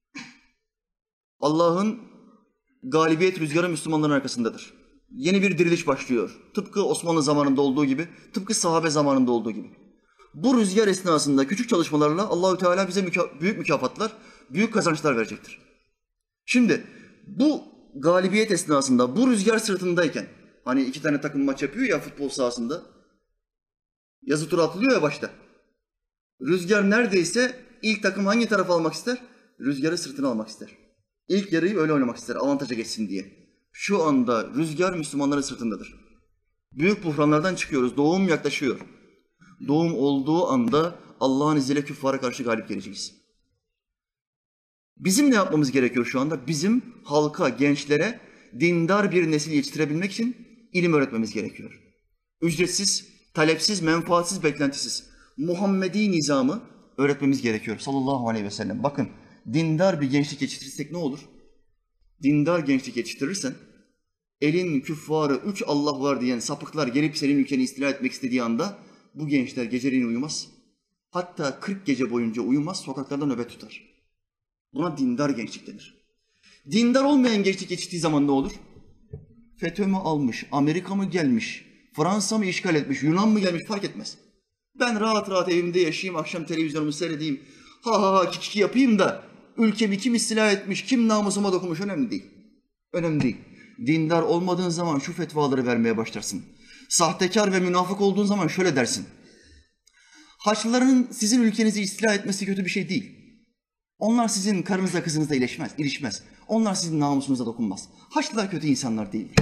Allah'ın galibiyet rüzgarı Müslümanların arkasındadır. Yeni bir diriliş başlıyor. Tıpkı Osmanlı zamanında olduğu gibi, tıpkı sahabe zamanında olduğu gibi. Bu rüzgar esnasında küçük çalışmalarla Allahü Teala bize müka- büyük mükafatlar, büyük kazançlar verecektir. Şimdi bu galibiyet esnasında, bu rüzgar sırtındayken, hani iki tane takım maç yapıyor ya futbol sahasında, yazı tura atılıyor ya başta. Rüzgar neredeyse ilk takım hangi tarafa almak ister? Rüzgarı sırtına almak ister. İlk yarıyı öyle oynamak ister, avantaja geçsin diye. Şu anda rüzgar Müslümanların sırtındadır. Büyük buhranlardan çıkıyoruz, doğum yaklaşıyor. Doğum olduğu anda Allah'ın izniyle küffara karşı galip geleceğiz. Bizim ne yapmamız gerekiyor şu anda? Bizim halka, gençlere dindar bir nesil yetiştirebilmek için ilim öğretmemiz gerekiyor. Ücretsiz, talepsiz, menfaatsiz, beklentisiz Muhammedi nizamı öğretmemiz gerekiyor sallallahu aleyhi ve sellem. Bakın dindar bir gençlik yetiştirirsek ne olur? Dindar gençlik yetiştirirsen elin küffarı, üç Allah var diyen sapıklar gelip senin ülkeni istila etmek istediği anda bu gençler geceleyin uyumaz. Hatta kırk gece boyunca uyumaz, sokaklarda nöbet tutar. Buna dindar gençlik denir. Dindar olmayan gençlik yetiştiği zaman ne olur? FETÖ mü almış, Amerika mı gelmiş, Fransa mı işgal etmiş, Yunan mı gelmiş fark etmez. Ben rahat rahat evimde yaşayayım, akşam televizyonumu seyredeyim, ha ha ha kiki yapayım da ülkemi kim istila etmiş, kim namusuma dokunmuş önemli değil. Önemli değil. Dindar olmadığın zaman şu fetvaları vermeye başlarsın. Sahtekar ve münafık olduğun zaman şöyle dersin. Haçlıların sizin ülkenizi istila etmesi kötü bir şey değil. Onlar sizin karınızla kızınızla ilişmez, ilişmez. Onlar sizin namusunuza dokunmaz. Haçlılar kötü insanlar değil.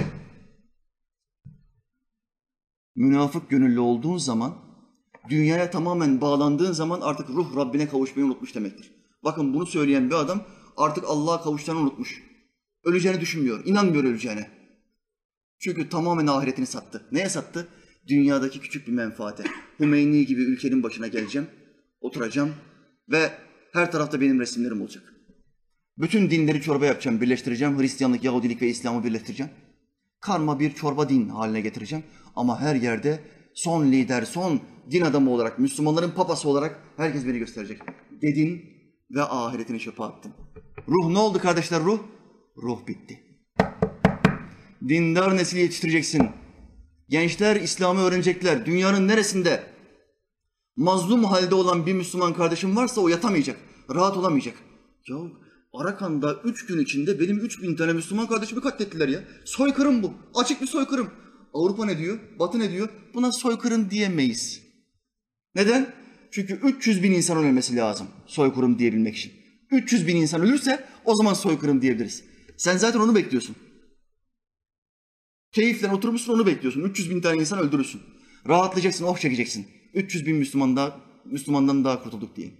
Münafık gönüllü olduğun zaman, dünyaya tamamen bağlandığın zaman artık ruh Rabbine kavuşmayı unutmuş demektir. Bakın bunu söyleyen bir adam artık Allah'a kavuşacağını unutmuş. Öleceğini düşünmüyor, inanmıyor öleceğine. Çünkü tamamen ahiretini sattı. Neye sattı? Dünyadaki küçük bir menfaate. Hümeyni gibi ülkenin başına geleceğim, oturacağım ve her tarafta benim resimlerim olacak. Bütün dinleri çorba yapacağım, birleştireceğim. Hristiyanlık, Yahudilik ve İslam'ı birleştireceğim. Karma bir çorba din haline getireceğim. Ama her yerde son lider, son din adamı olarak, Müslümanların papası olarak herkes beni gösterecek. Dedin ve ahiretini çöpe attın. Ruh ne oldu kardeşler ruh? Ruh bitti. Dindar nesil yetiştireceksin. Gençler İslam'ı öğrenecekler. Dünyanın neresinde mazlum halde olan bir Müslüman kardeşim varsa o yatamayacak, rahat olamayacak. Ya Arakan'da üç gün içinde benim üç bin tane Müslüman kardeşimi katlettiler ya. Soykırım bu. Açık bir soykırım. Avrupa ne diyor? Batı ne diyor? Buna soykırım diyemeyiz. Neden? Çünkü üç yüz bin insan ölmesi lazım soykırım diyebilmek için. üç yüz bin insan ölürse o zaman soykırım diyebiliriz. Sen zaten onu bekliyorsun. Keyifle oturmuşsun onu bekliyorsun. üç yüz bin tane insan öldürürsün. Rahatlayacaksın, oh çekeceksin. üç yüz bin Müslüman daha, Müslümandan daha kurtulduk diye.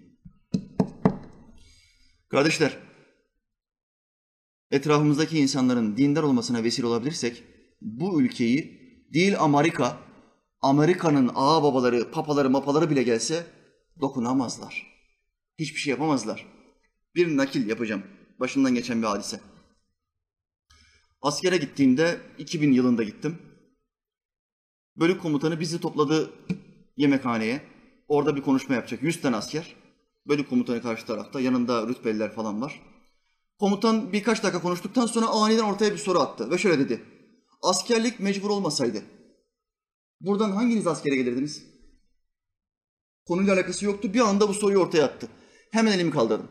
Kardeşler, etrafımızdaki insanların dindar olmasına vesile olabilirsek, bu ülkeyi değil Amerika, Amerika'nın ağa babaları, papaları, mapaları bile gelse dokunamazlar. Hiçbir şey yapamazlar. Bir nakil yapacağım. Başından geçen bir hadise. Askere gittiğimde iki bin yılında gittim. Bölük komutanı bizi topladı yemekhaneye. Orada bir konuşma yapacak. Yüz tane asker. Bölük komutanı karşı tarafta. Yanında rütbeliler falan var. Komutan birkaç dakika konuştuktan sonra aniden ortaya bir soru attı. Ve şöyle dedi. Askerlik mecbur olmasaydı buradan hanginiz askere gelirdiniz? Konuyla alakası yoktu. Bir anda bu soruyu ortaya attı. Hemen elimi kaldırdım.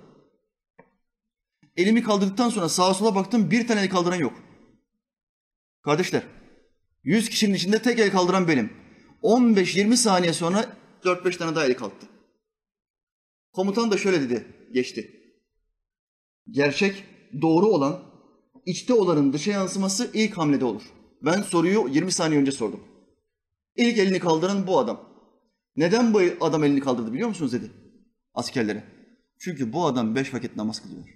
Elimi kaldırdıktan sonra sağa sola baktım. Bir tane el kaldıran yok. Kardeşler, yüz kişinin içinde tek el kaldıran benim. on beş yirmi saniye sonra dört beş tane daha el kalktı. Komutan da şöyle dedi, geçti. Gerçek, doğru olan, içte olanın dışa yansıması ilk hamlede olur. Ben soruyu yirmi saniye önce sordum. İlk elini kaldıran bu adam. Neden bu adam elini kaldırdı biliyor musunuz dedi askerlere. Çünkü bu adam beş vakit namaz kılıyor.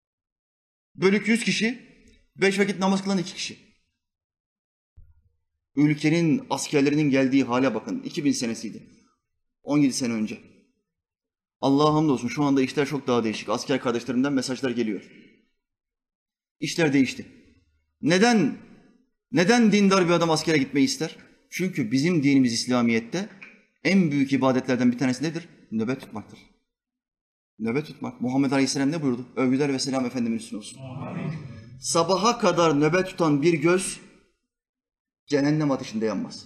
Bölük yüz kişi, beş vakit namaz kılan iki kişi. Ülkenin askerlerinin geldiği hale bakın. iki bin senesiydi. on yedi sene önce. Allah'a hamdolsun şu anda işler çok daha değişik. Asker kardeşlerimden mesajlar geliyor. İşler değişti. Neden? Neden dindar bir adam askere gitmeyi ister? Çünkü bizim dinimiz İslamiyet'te en büyük ibadetlerden bir tanesi nedir? Nöbet tutmaktır. Nöbet tutmak. Muhammed Aleyhisselam ne buyurdu? Övgüler ve selam Efendimiz üstüne olsun. Amin. Sabaha kadar nöbet tutan bir göz cehennem ateşinde yanmaz.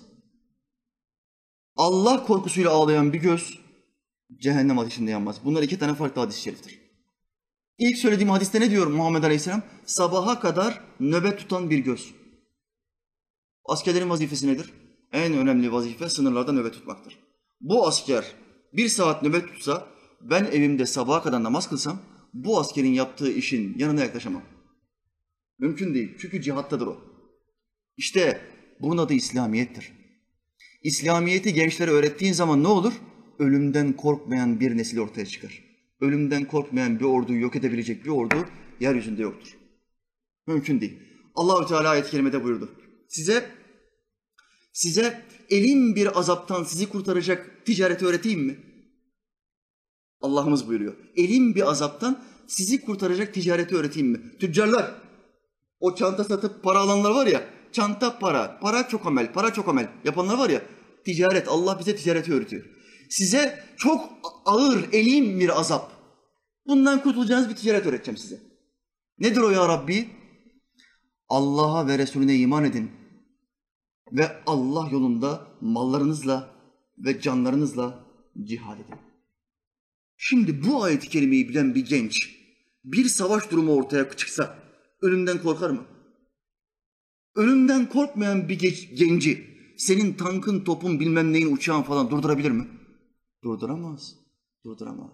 Allah korkusuyla ağlayan bir göz cehennem ateşinde yanmaz. Bunlar iki tane farklı hadis-i şeriftir. İlk söylediğim hadiste ne diyor Muhammed Aleyhisselam? Sabaha kadar nöbet tutan bir göz. Askerlerin vazifesi nedir? En önemli vazife sınırlarda nöbet tutmaktır. Bu asker bir saat nöbet tutsa, ben evimde sabaha kadar namaz kılsam, bu askerin yaptığı işin yanına yaklaşamam. Mümkün değil. Çünkü cihattadır o. İşte bunun adı İslamiyet'tir. İslamiyet'i gençlere öğrettiğin zaman ne olur? Ölümden korkmayan bir nesil ortaya çıkar. Ölümden korkmayan bir orduyu yok edebilecek bir ordu yeryüzünde yoktur. Mümkün değil. Allah-u Teala ayet-i kerimede buyurdu. Size, size elim bir azaptan sizi kurtaracak ticareti öğreteyim mi? Allah'ımız buyuruyor. Elim bir azaptan sizi kurtaracak ticareti öğreteyim mi? Tüccarlar, o çanta satıp para alanlar var ya, çanta para, para çok amel, para çok amel yapanlar var ya, ticaret, Allah bize ticareti öğretiyor. Size çok ağır, elim bir azap. Bundan kurtulacağınız bir ticaret öğreteceğim size. Nedir o ya Rabbi? Allah'a ve Resulüne iman edin. Ve Allah yolunda mallarınızla ve canlarınızla cihad edin. Şimdi bu ayet-i kerimeyi bilen bir genç, bir savaş durumu ortaya çıksa ölümden korkar mı? Ölümden korkmayan bir genci senin tankın, topun, bilmem neyin, uçağın falan durdurabilir mi? Durduramaz. Durduramaz.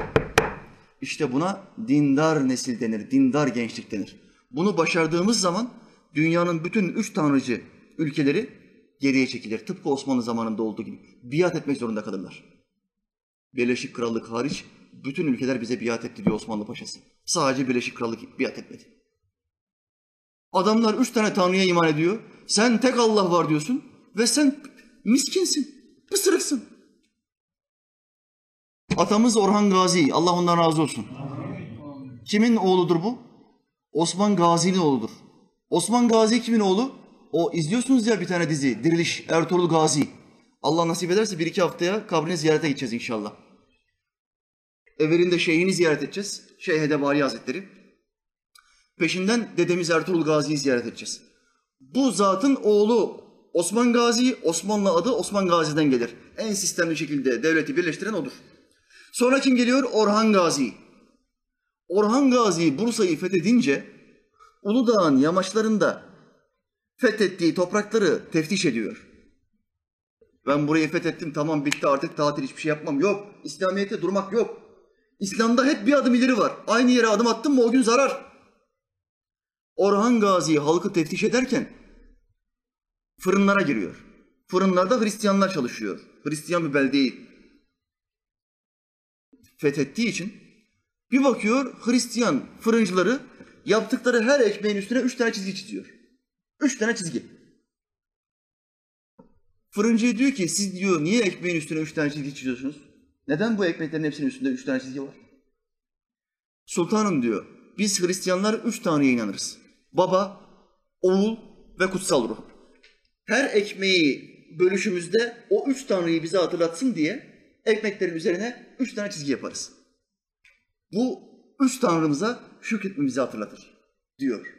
İşte buna dindar nesil denir, dindar gençlik denir. Bunu başardığımız zaman dünyanın bütün üç tanrıcı ülkeleri geriye çekilir. Tıpkı Osmanlı zamanında olduğu gibi. Biat etmek zorunda kalırlar. Birleşik Krallık hariç bütün ülkeler bize biat etti diyor Osmanlı Paşası. Sadece Birleşik Krallık biat etmedi. Adamlar üç tane tanrıya iman ediyor. Sen tek Allah var diyorsun ve sen miskinsin, pısırıksın. Atamız Orhan Gazi, Allah ondan razı olsun. Kimin oğludur bu? Osman Gazi'nin oğludur. Osman Gazi kimin oğlu? O izliyorsunuz ya bir tane dizi, Diriliş, Ertuğrul Gazi. Allah nasip ederse bir iki haftaya kabrini ziyarete gideceğiz inşallah. Evvelinde şeyhini ziyaret edeceğiz, Şeyh Edebali Hazretleri. Peşinden dedemiz Ertuğrul Gazi'yi ziyaret edeceğiz. Bu zatın oğlu Osman Gazi, Osmanlı adı Osman Gazi'den gelir. En sistemli şekilde devleti birleştiren odur. Sonra kim geliyor? Orhan Gazi. Orhan Gazi Bursa'yı fethedince Uludağ'ın yamaçlarında fethettiği toprakları teftiş ediyor. Ben burayı fethettim, tamam bitti artık tatil hiçbir şey yapmam. Yok, İslamiyet'te durmak yok. İslam'da hep bir adım ileri var. Aynı yere adım attın mı o gün zarar. Orhan Gazi halkı teftiş ederken fırınlara giriyor. Fırınlarda Hristiyanlar çalışıyor. Hristiyan bir beldeyi fethettiği için bir bakıyor Hristiyan fırıncıları yaptıkları her ekmeğin üstüne üç tane çizgi çiziyor. Üç tane çizgi. Fırıncıya diyor ki siz diyor niye ekmeğin üstüne üç tane çizgi çiziyorsunuz? Neden bu ekmeklerin hepsinin üstünde üç tane çizgi var? Sultanım diyor, biz Hristiyanlar üç tanrıya inanırız. Baba, oğul ve kutsal ruh. Her ekmeği bölüşümüzde o üç tanrıyı bize hatırlatsın diye ekmeklerin üzerine üç tane çizgi yaparız. Bu üç tanrımıza şükretmemizi hatırlatır diyor.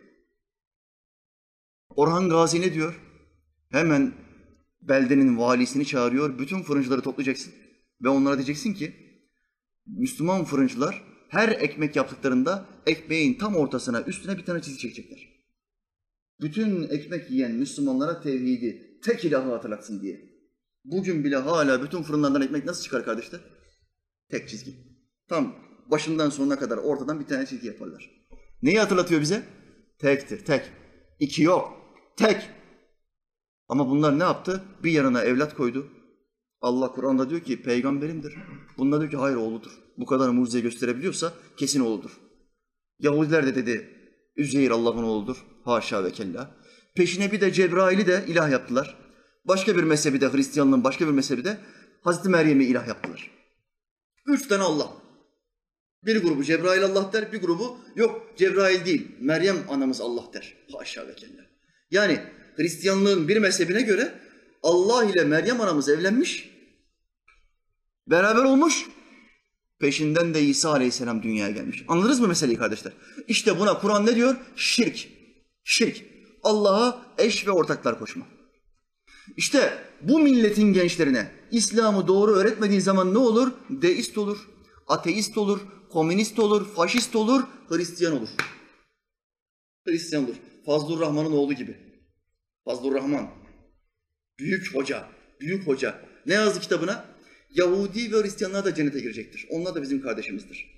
Orhan Gazi ne diyor? Hemen beldenin valisini çağırıyor, bütün fırıncıları toplayacaksın ve onlara diyeceksin ki Müslüman fırıncılar her ekmek yaptıklarında ekmeğin tam ortasına üstüne bir tane çizgi çekecekler. Bütün ekmek yiyen Müslümanlara tevhidi, tek ilahı hatırlatsın diye. Bugün bile hala bütün fırınlardan ekmek nasıl çıkar kardeşler? Tek çizgi. Tam başından sonuna kadar ortadan bir tane çizgi yaparlar. Neyi hatırlatıyor bize? Tektir, tek. İki yok, tek. Ama bunlar ne yaptı? Bir yanına evlat koydu. Allah Kur'an'da diyor ki peygamberimdir. Bunlar diyor ki hayır oğludur. Bu kadar mucize gösterebiliyorsa kesin oğludur. Yahudiler de dedi Üzeyir Allah'ın oğludur. Haşa ve kella. Peşine bir de Cebrail'i de ilah yaptılar. Başka bir mezhebi de, Hristiyanlığın başka bir mezhebi de Hazreti Meryem'i ilah yaptılar. Üç tane Allah. Bir grubu Cebrail Allah der, bir grubu yok Cebrail değil, Meryem anamız Allah der. Haşa ve kella. Yani Hristiyanlığın bir mezhebine göre Allah ile Meryem anamız evlenmiş, beraber olmuş, peşinden de İsa aleyhisselam dünyaya gelmiş. Anladınız mı meseleyi kardeşler? İşte buna Kur'an ne diyor? Şirk. Şirk. Allah'a eş ve ortaklar koşma. İşte bu milletin gençlerine İslam'ı doğru öğretmediğin zaman ne olur? Deist olur, ateist olur, komünist olur, faşist olur, Hristiyan olur. Hristiyan olur. Fazlur Rahman'ın oğlu gibi. Fazlur Rahman. Büyük hoca, büyük hoca. Ne yazdı kitabına? Yahudi ve Hristiyanlar da cennete girecektir. Onlar da bizim kardeşimizdir.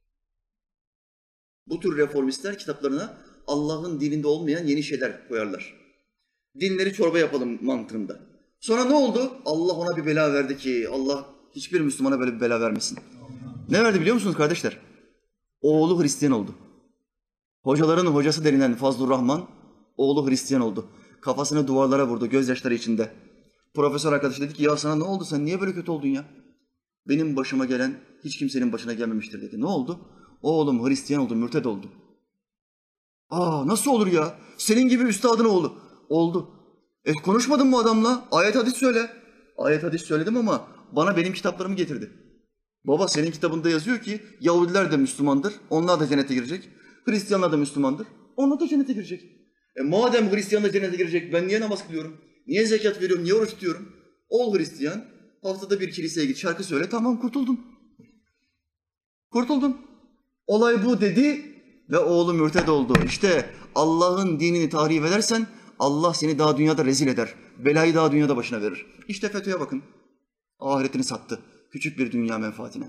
Bu tür reformistler kitaplarına Allah'ın dininde olmayan yeni şeyler koyarlar. Dinleri çorba yapalım mantığında. Sonra ne oldu? Allah ona bir bela verdi ki Allah hiçbir Müslümana böyle bir bela vermesin. Ne verdi biliyor musunuz kardeşler? Oğlu Hristiyan oldu. Hocaların hocası denilen Fazlur Rahman, oğlu Hristiyan oldu. Kafasını duvarlara vurdu gözyaşları içinde. Profesör arkadaş dedi ki ya sana ne oldu, sen niye böyle kötü oldun ya? Benim başıma gelen hiç kimsenin başına gelmemiştir dedi. Ne oldu? Oğlum Hristiyan oldu, mürted oldu. Aa nasıl olur ya? Senin gibi üstadın oğlu. Oldu. E konuşmadın mı adamla? Ayet hadis söyle. Ayet hadis söyledim ama bana benim kitaplarımı getirdi. Baba senin kitabında yazıyor ki Yahudiler de Müslümandır, onlar da cennete girecek. Hristiyanlar da Müslümandır, onlar da cennete girecek. E madem Hristiyanlar cennete girecek, ben niye namaz kılıyorum? Niye zekat veriyorum, niye oruç tutuyorum? Ol Hristiyan, haftada bir kiliseye git, şarkı söyle, tamam kurtuldun. Kurtuldun. Olay bu dedi ve oğlu mürted oldu. İşte Allah'ın dinini tahrip edersen Allah seni daha dünyada rezil eder. Belayı daha dünyada başına verir. İşte FETÖ'ye bakın. Ahiretini sattı. Küçük bir dünya menfaatine.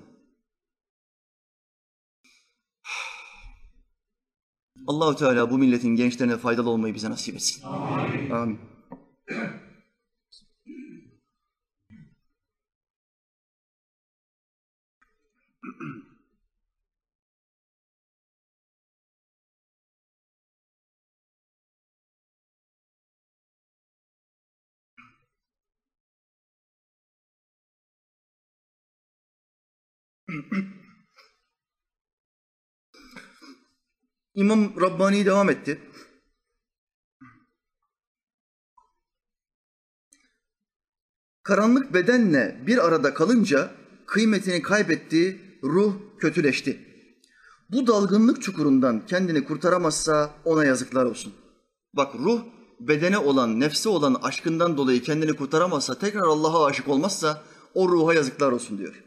Allah-u Teala bu milletin gençlerine faydalı olmayı bize nasip etsin. Amin. Amin. İmam Rabbani devam etti. Karanlık bedenle bir arada kalınca kıymetini kaybetti, ruh kötüleşti. Bu dalgınlık çukurundan kendini kurtaramazsa ona yazıklar olsun. Bak ruh bedene olan, nefse olan aşkından dolayı kendini kurtaramazsa, tekrar Allah'a aşık olmazsa o ruha yazıklar olsun diyor.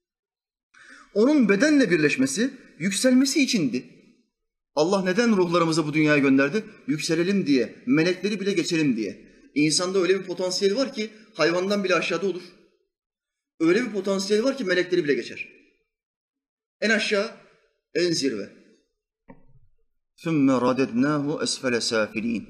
Onun bedenle birleşmesi, yükselmesi içindi. Allah neden ruhlarımızı bu dünyaya gönderdi? Yükselelim diye, melekleri bile geçelim diye. İnsanda öyle bir potansiyel var ki hayvandan bile aşağıda olur. Öyle bir potansiyel var ki melekleri bile geçer. En aşağı, en zirve. ثُمَّ رَدَدْنَاهُ أَسْفَلَ سَافِلِينَ.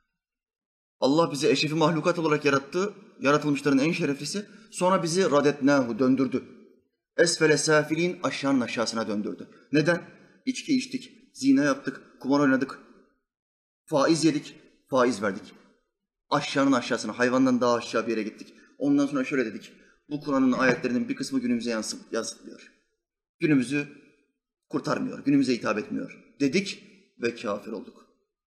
Allah bizi eşrefi mahlukat olarak yarattı, yaratılmışların en şereflisi. Sonra bizi radetnahu döndürdü. Esfele safilin aşağının aşağısına döndürdü. Neden? İçki içtik, zina yaptık, kumar oynadık, faiz yedik, faiz verdik. Aşağının aşağısına, hayvandan daha aşağı bir yere gittik. Ondan sonra şöyle dedik, bu Kur'an'ın ayetlerinin bir kısmı günümüze yansıtmıyor. Günümüzü kurtarmıyor, günümüze hitap etmiyor dedik ve kafir olduk.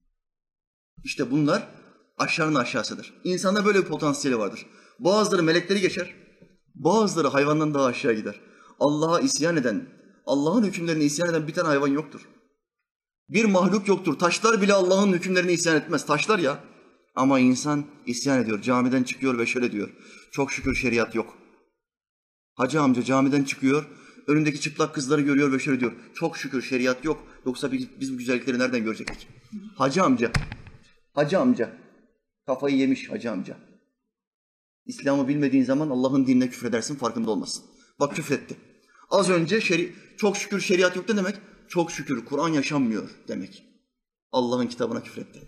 İşte bunlar aşağının aşağısıdır. İnsanda böyle bir potansiyeli vardır. Bazıları melekleri geçer, bazıları hayvandan daha aşağı gider. Allah'a isyan eden, Allah'ın hükümlerine isyan eden bir tane hayvan yoktur. Bir mahluk yoktur. Taşlar bile Allah'ın hükümlerine isyan etmez. Taşlar ya. Ama insan isyan ediyor. Camiden çıkıyor ve şöyle diyor. Çok şükür şeriat yok. Hacı amca camiden çıkıyor. Önündeki çıplak kızları görüyor ve şöyle diyor. Çok şükür şeriat yok. Yoksa biz bu güzellikleri nereden görecektik? Hacı amca. Hacı amca. Kafayı yemiş hacı amca. İslam'ı bilmediğin zaman Allah'ın dinine küfredersin, farkında olmasın. Bak küfretti. Az önce şeri, çok şükür şeriat yok ne demek? Çok şükür Kur'an yaşanmıyor demek. Allah'ın kitabına küfretti.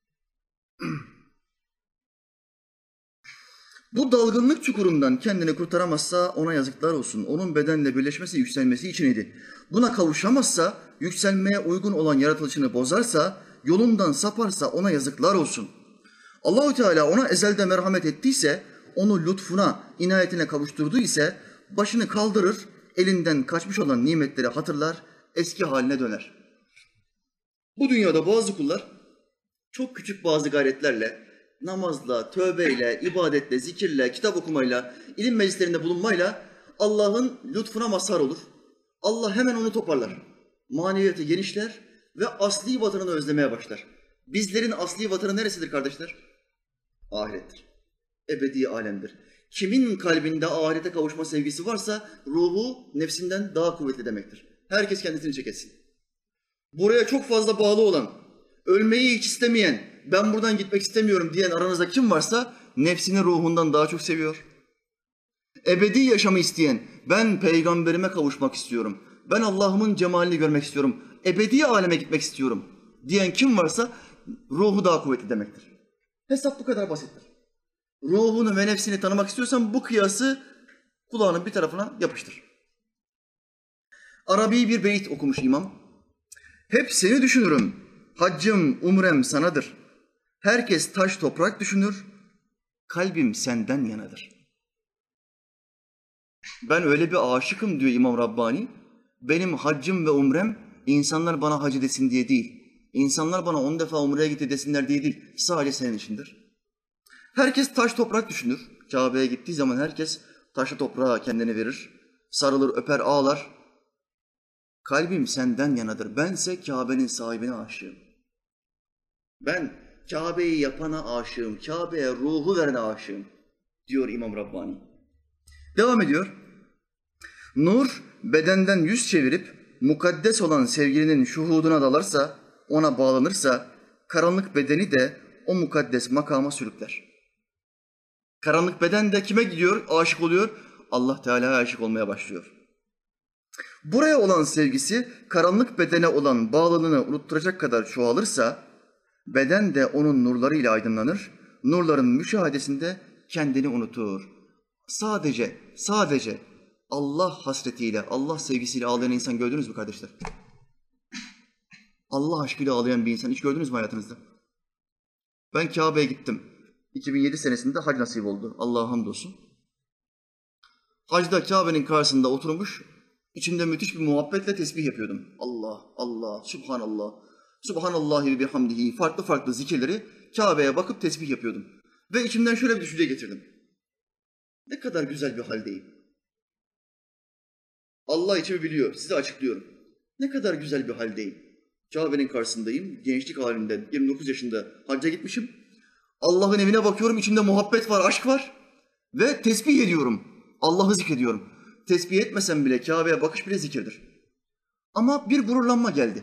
Bu dalgınlık çukurundan kendini kurtaramazsa ona yazıklar olsun. Onun bedenle birleşmesi, yükselmesi için idi. Buna kavuşamazsa, yükselmeye uygun olan yaratılışını bozarsa, yolundan saparsa ona yazıklar olsun. Allahu Teala ona ezelde merhamet ettiyse, onu lütfuna, inayetine kavuşturdu ise başını kaldırır, elinden kaçmış olan nimetleri hatırlar, eski haline döner. Bu dünyada bazı kullar çok küçük bazı gayretlerle, namazla, tövbeyle, ibadetle, zikirle, kitap okumayla, ilim meclislerinde bulunmayla Allah'ın lütfuna mazhar olur. Allah hemen onu toparlar. Maneviyatı genişler ve asli vatanını özlemeye başlar. Bizlerin asli vatanı neresidir kardeşler? Ahirettir. Ebedi alemdir. Kimin kalbinde ahirete kavuşma sevgisi varsa ruhu nefsinden daha kuvvetli demektir. Herkes kendisini çek etsin. Buraya çok fazla bağlı olan, ölmeyi hiç istemeyen, ben buradan gitmek istemiyorum diyen aranızda kim varsa nefsini ruhundan daha çok seviyor. Ebedi yaşamı isteyen, ben peygamberime kavuşmak istiyorum, ben Allah'ımın cemalini görmek istiyorum, ebedi aleme gitmek istiyorum diyen kim varsa ruhu daha kuvvetli demektir. Hesap bu kadar basittir. Ruhunu ve nefsini tanımak istiyorsan bu kıyası kulağının bir tarafına yapıştır. Arabi bir beyit okumuş imam. Hep seni düşünürüm, haccım, umrem sanadır. Herkes taş toprak düşünür, kalbim senden yanadır. Ben öyle bir aşıkım diyor İmam Rabbani. Benim haccım ve umrem insanlar bana hacı desin diye değil. İnsanlar bana on defa umreye gitti desinler diye değil. Sadece senin içindir. Herkes taş toprak düşünür. Kabe'ye gittiği zaman herkes taşa toprağa kendini verir. Sarılır, öper, ağlar. Kalbim senden yanadır. Bense Kabe'nin sahibine aşığım. Ben Kabe'yi yapana aşığım. Kabe'ye ruhu verene aşığım diyor İmam Rabbani. Devam ediyor. Nur bedenden yüz çevirip mukaddes olan sevgilinin şuhuduna dalarsa, ona bağlanırsa karanlık bedeni de o mukaddes makama sürükler. Karanlık beden de kime gidiyor? Aşık oluyor. Allah Teala'ya aşık olmaya başlıyor. Buraya olan sevgisi karanlık bedene olan bağlılığını unutturacak kadar çoğalırsa beden de onun nurlarıyla aydınlanır. Nurların müşahadesinde kendini unutur. Sadece, sadece Allah hasretiyle, Allah sevgisiyle ağlayan insan gördünüz mü kardeşler? Allah aşkıyla ağlayan bir insan hiç gördünüz mü hayatınızda? Ben Kabe'ye gittim. iki bin yedi senesinde hac nasip oldu. Allah'a hamdolsun. Hacda Kabe'nin karşısında oturmuş, içimde müthiş bir muhabbetle tesbih yapıyordum. Allah, Allah, Subhanallah, Subhanallahi ve bihamdihi, farklı farklı zikirleri Kabe'ye bakıp tesbih yapıyordum. Ve içimden şöyle bir düşünce getirdim. Ne kadar güzel bir haldeyim. Allah içimi biliyor, size açıklıyorum. Ne kadar güzel bir haldeyim. Kabe'nin karşısındayım, gençlik halinde yirmi dokuz yaşında hacca gitmişim. Allah'ın evine bakıyorum, içimde muhabbet var, aşk var. Ve tesbih ediyorum, Allah'ı zikrediyorum. Tesbih etmesem bile Kabe'ye bakış bile zikirdir. Ama bir gururlanma geldi.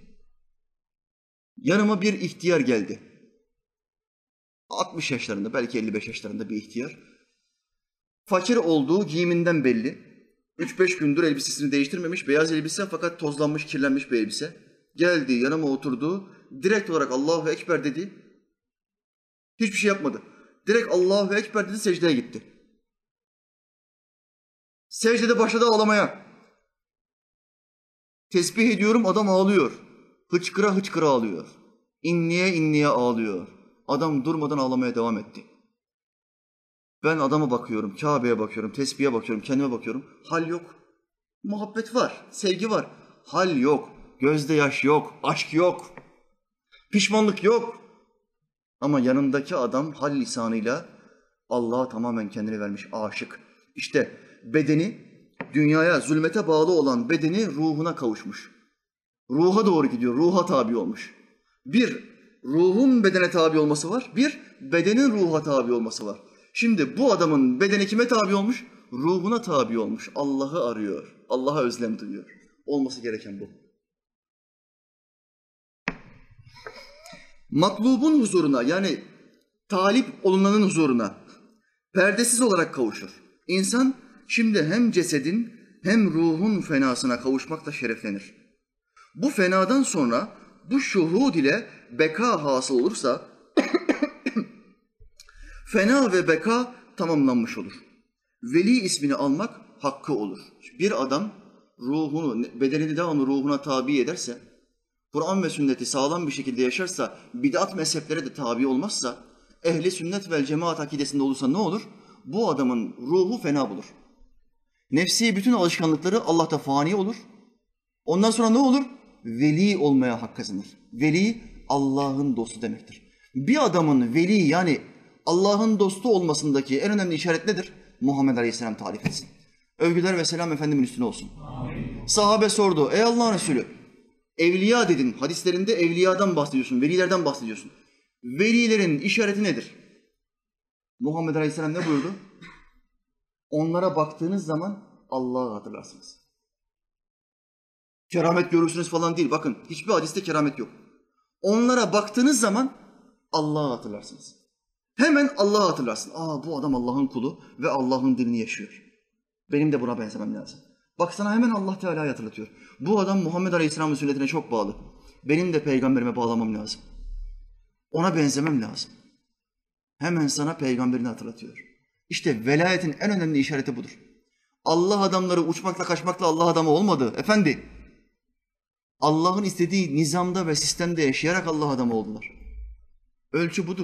Yanıma bir ihtiyar geldi. altmış yaşlarında, belki elli beş yaşlarında bir ihtiyar. Fakir olduğu giyiminden belli. üç beş gündür elbisesini değiştirmemiş, beyaz elbise fakat tozlanmış, kirlenmiş bir elbise. Geldi, yanıma oturdu, direkt olarak Allahu Ekber dedi. Hiçbir şey yapmadı. Direkt Allahu Ekber dedi, secdeye gitti. Secdede başladı ağlamaya. Tesbih ediyorum, adam ağlıyor. Hıçkıra hıçkıra ağlıyor. İnliye inliye ağlıyor. Adam durmadan ağlamaya devam etti. Ben adama bakıyorum, Kabe'ye bakıyorum, tesbihe bakıyorum, kendime bakıyorum. Hal yok. Muhabbet var, sevgi var. Hal yok, gözde yaş yok, aşk yok. Pişmanlık yok. Ama yanındaki adam hal lisanıyla Allah'a tamamen kendini vermiş aşık. İşte bedeni, dünyaya, zulmete bağlı olan bedeni ruhuna kavuşmuş. Ruha doğru gidiyor, ruha tabi olmuş. Bir, ruhun bedene tabi olması var. Bir, bedenin ruha tabi olması var. Şimdi bu adamın bedeni kime tabi olmuş? Ruhuna tabi olmuş. Allah'ı arıyor, Allah'a özlem duyuyor. Olması gereken bu. Matlubun huzuruna, yani talip olunanın huzuruna perdesiz olarak kavuşur. İnsan şimdi hem cesedin hem ruhun fenasına kavuşmakla şereflenir. Bu fenadan sonra bu şuhud ile beka hasıl olursa fena ve beka tamamlanmış olur. Veli ismini almak hakkı olur. Bir adam ruhunu, bedenini devamlı ruhuna tabi ederse, Kur'an ve sünneti sağlam bir şekilde yaşarsa, bid'at mezheplere de tabi olmazsa, ehli sünnet vel cemaat akidesinde olursa ne olur? Bu adamın ruhu fena bulur. Nefsi bütün alışkanlıkları Allah'ta fani olur. Ondan sonra ne olur? Veli olmaya hak kazanır. Veli Allah'ın dostu demektir. Bir adamın veli yani Allah'ın dostu olmasındaki en önemli işaret nedir? Muhammed Aleyhisselam tarif etsin. Övgüler ve selam Efendimin üstüne olsun. Amin. Sahabe sordu. Ey Allah'ın Resulü, evliya dedin. Hadislerinde evliyadan bahsediyorsun, velilerden bahsediyorsun. Velilerin işareti nedir? Muhammed Aleyhisselam ne buyurdu? Onlara baktığınız zaman Allah'ı hatırlarsınız. Keramet görürsünüz falan değil. Bakın hiçbir hadiste keramet yok. Onlara baktığınız zaman Allah'ı hatırlarsınız. Hemen Allah'ı hatırlarsın. Aa bu adam Allah'ın kulu ve Allah'ın dinini yaşıyor. Benim de buna benzemem lazım. Bak sana hemen Allah Teala'yı hatırlatıyor. Bu adam Muhammed Aleyhisselam'ın sünnetine çok bağlı. Benim de peygamberime bağlamam lazım. Ona benzemem lazım. Hemen sana peygamberini hatırlatıyor. İşte velayetin en önemli işareti budur. Allah adamları uçmakla kaçmakla Allah adamı olmadı. Efendi, Allah'ın istediği nizamda ve sistemde yaşayarak Allah adamı oldular. Ölçü budur.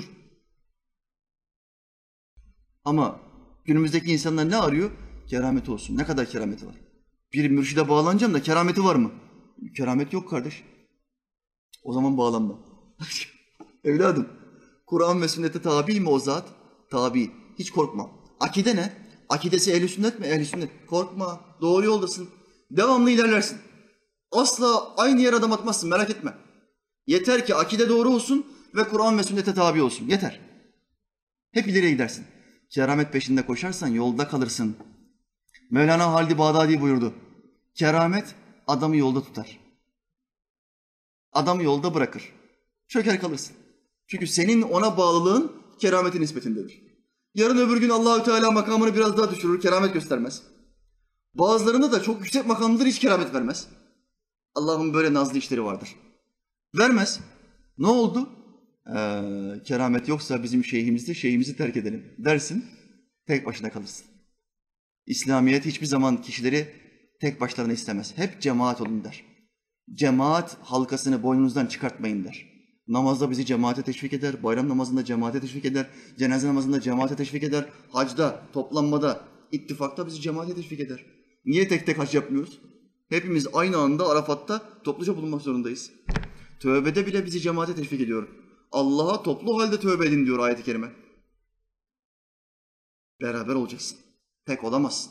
Ama günümüzdeki insanlar ne arıyor? Kerameti olsun. Ne kadar kerameti var? Bir mürşide bağlanacağım da kerameti var mı? Keramet yok kardeş. O zaman bağlanma. Evladım, Kur'an ve sünnete tabi mi o zat? Tabi. Hiç korkma. Akide ne? Akidesi ehl-i sünnet mi? Ehl-i sünnet. Korkma. Doğru yoldasın. Devamlı ilerlersin. Asla aynı yere adım atmazsın. Merak etme. Yeter ki akide doğru olsun ve Kur'an ve sünnete tabi olsun. Yeter. Hep ileriye gidersin. Keramet peşinde koşarsan yolda kalırsın. Mevlana Halid-i Bağdadi buyurdu. Keramet adamı yolda tutar. Adamı yolda bırakır. Çöker kalırsın. Çünkü senin ona bağlılığın kerametin nispetindedir. Yarın öbür gün Allahü Teala makamını biraz daha düşürür, keramet göstermez. Bazılarında da çok yüksek makamlıdır, hiç keramet vermez. Allah'ın böyle nazlı işleri vardır. Vermez. Ne oldu? Ee, keramet yoksa bizim şeyhimizde şeyhimizi terk edelim dersin, tek başına kalırsın. İslamiyet hiçbir zaman kişileri tek başlarına istemez. Hep cemaat olun der. Cemaat halkasını boynunuzdan çıkartmayın der. Namazda bizi cemaate teşvik eder, bayram namazında cemaate teşvik eder, cenaze namazında cemaate teşvik eder, hacda, toplanmada, ittifakta bizi cemaate teşvik eder. Niye tek tek hac yapmıyoruz? Hepimiz aynı anda Arafat'ta topluca bulunmak zorundayız. Tövbede bile bizi cemaate teşvik ediyor. Allah'a toplu halde tövbe edin diyor ayet-i kerime. Beraber olacaksın. Tek olamazsın.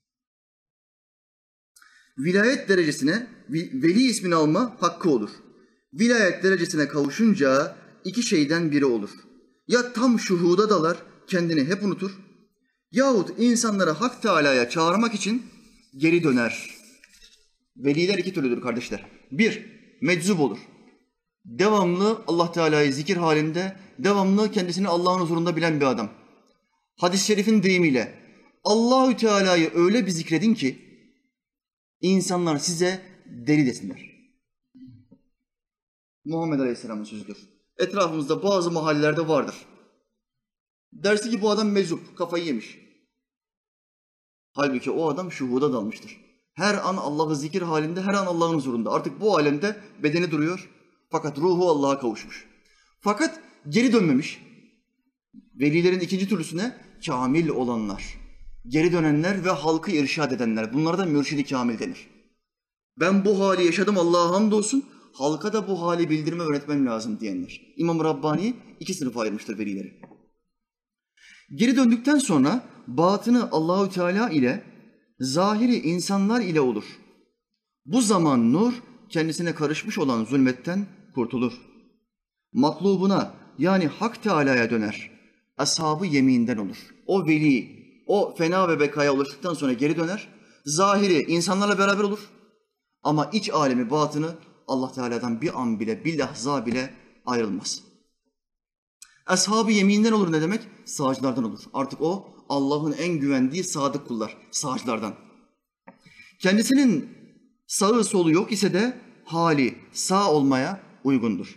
Vilayet derecesine veli ismini alma hakkı olur. Vilayet derecesine kavuşunca iki şeyden biri olur. Ya tam şuhuda dalar, kendini hep unutur, yahut insanları Hak Teâlâ'ya çağırmak için geri döner. Veliler iki türlüdür kardeşler. Bir, meczup olur. Devamlı Allah Teala'yı zikir halinde, devamlı kendisini Allah'ın huzurunda bilen bir adam. Hadis-i şerifin deyimiyle Allahü Teala'yı öyle bir zikredin ki insanlar size deli desinler. Muhammed Aleyhisselam'ın sözüdür. Etrafımızda bazı mahallelerde vardır. Dersi ki bu adam meczup, kafayı yemiş. Halbuki o adam şuhuda dalmıştır. Her an Allah'ı zikir halinde, her an Allah'ın huzurunda. Artık bu alemde bedeni duruyor. Fakat ruhu Allah'a kavuşmuş. Fakat geri dönmemiş. Velilerin ikinci türlüsüne kamil olanlar. Geri dönenler ve halkı irşad edenler. Bunlara da mürşid-i kamil denir. Ben bu hali yaşadım Allah'a hamdolsun. Halka da bu hali bildirme öğretmem lazım diyenler. İmam Rabbani iki sınıfa ayırmıştır velileri. Geri döndükten sonra batını Allahü Teala ile, zahiri insanlar ile olur. Bu zaman nur kendisine karışmış olan zulmetten kurtulur. Matlubuna yani Hak Teala'ya döner. Ashab-ı yeminden olur. O veli, o fena ve bekaya ulaştıktan sonra geri döner. Zahiri insanlarla beraber olur. Ama iç alemi, batını Allah Teala'dan bir an bile, bir lahza bile ayrılmaz. Ashab-ı yeminden olur ne demek? Sağcılardan olur. Artık o Allah'ın en güvendiği sadık kullar, sağcılardan. Kendisinin sağı solu yok ise de hali sağ olmaya uygundur.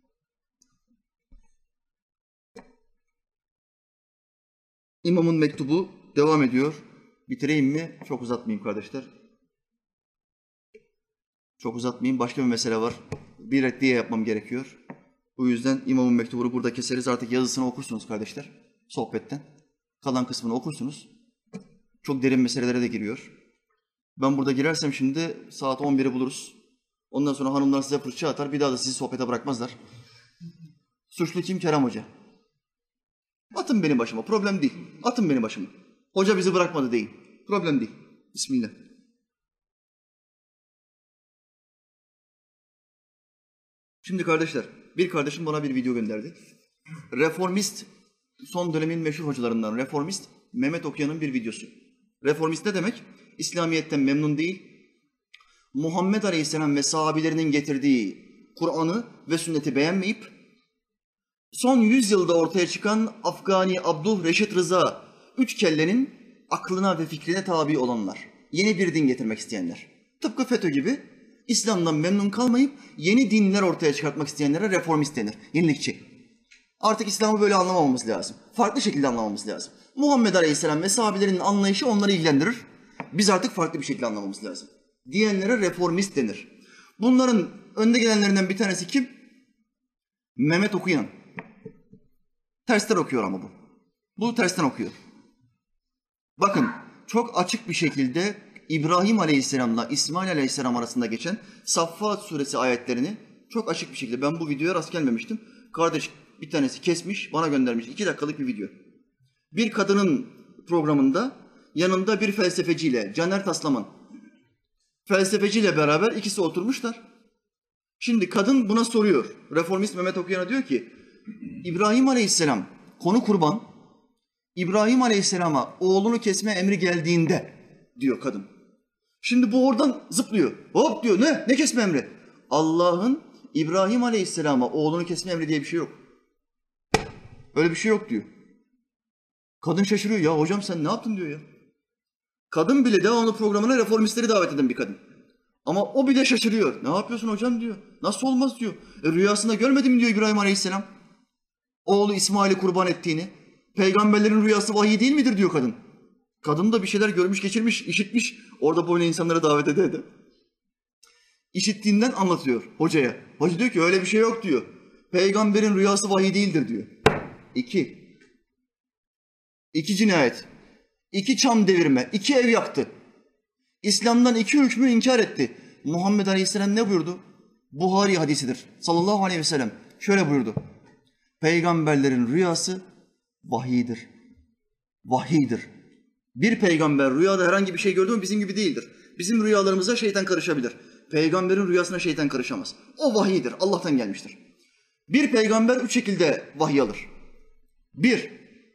İmamın mektubu devam ediyor. Bitireyim mi? Çok uzatmayayım kardeşler. Çok uzatmayayım. Başka bir mesele var. Bir reddiye yapmam gerekiyor. Bu yüzden İmam'ın mektubunu burada keseriz. Artık yazısını okursunuz kardeşler, sohbetten. Kalan kısmını okursunuz. Çok derin meselelere de giriyor. Ben burada girersem şimdi saat on biri buluruz. Ondan sonra hanımlar size fırça atar, bir daha da sizi sohbete bırakmazlar. Suçlu kim? Kerem Hoca. Atın benim başıma, problem değil. Atın benim başıma. Hoca bizi bırakmadı değil. Problem değil. Bismillah. Şimdi kardeşler, bir kardeşim bana bir video gönderdi. Reformist, son dönemin meşhur hocalarından Reformist Mehmet Okuyan'ın bir videosu. Reformist ne demek? İslamiyet'ten memnun değil, Muhammed Aleyhisselam ve sahabilerinin getirdiği Kur'an'ı ve sünneti beğenmeyip, son yüz yılda ortaya çıkan Afgani Abduh Reşit Rıza üç kellenin aklına ve fikrine tabi olanlar. Yeni bir din getirmek isteyenler. Tıpkı FETÖ gibi İslam'dan memnun kalmayıp yeni dinler ortaya çıkartmak isteyenlere reformist denir, yenilikçi. Artık İslam'ı böyle anlamamamız lazım. Farklı şekilde anlamamız lazım. Muhammed Aleyhisselam ve sahabelerinin anlayışı onları ilgilendirir. Biz artık farklı bir şekilde anlamamız lazım. Diyenlere reformist denir. Bunların önde gelenlerinden bir tanesi kim? Mehmet Okuyan. Tersten okuyor ama bu. Bu tersten okuyor. Bakın, çok açık bir şekilde İbrahim Aleyhisselam'la İsmail Aleyhisselam arasında geçen Saffat suresi ayetlerini çok açık bir şekilde, ben bu videoya rast gelmemiştim. Kardeş bir tanesi kesmiş, bana göndermiş. İki dakikalık bir video. Bir kadının programında yanında bir felsefeciyle, Caner Taslaman, felsefeciyle beraber ikisi oturmuşlar. Şimdi kadın buna soruyor. Reformist Mehmet Okuyan'a diyor ki, İbrahim Aleyhisselam, konu kurban, İbrahim Aleyhisselam'a oğlunu kesme emri geldiğinde diyor kadın. Şimdi bu oradan zıplıyor. Hop diyor, ne? Ne kesme emri? Allah'ın İbrahim Aleyhisselam'a oğlunu kesme emri diye bir şey yok. Öyle bir şey yok diyor. Kadın şaşırıyor. Ya hocam sen ne yaptın diyor ya. Kadın bile devamlı programına reformistleri davet eden bir kadın. Ama o bile şaşırıyor. Ne yapıyorsun hocam diyor. Nasıl olmaz diyor. E, rüyasında görmedim mi diyor İbrahim Aleyhisselam. Oğlu İsmail'i kurban ettiğini. Peygamberlerin rüyası vahiy değil midir diyor kadın. Kadın da bir şeyler görmüş, geçirmiş, işitmiş. Orada böyle insanlara davet ede ede. İşittiğinden anlatıyor hocaya. Hoca diyor ki öyle bir şey yok diyor. Peygamberin rüyası vahiy değildir diyor. İki. İki cinayet. İki çam devirme. İki ev yaktı. İslam'dan iki hükmü inkar etti. Muhammed Aleyhisselam ne buyurdu? Buhari hadisidir. Sallallahu aleyhi ve sellem. Şöyle buyurdu. Peygamberlerin rüyası vahiydir. Vahiydir. Bir peygamber rüyada herhangi bir şey gördü mü bizim gibi değildir. Bizim rüyalarımıza şeytan karışabilir. Peygamberin rüyasına şeytan karışamaz. O vahiydir. Allah'tan gelmiştir. Bir peygamber üç şekilde vahiy alır. Bir,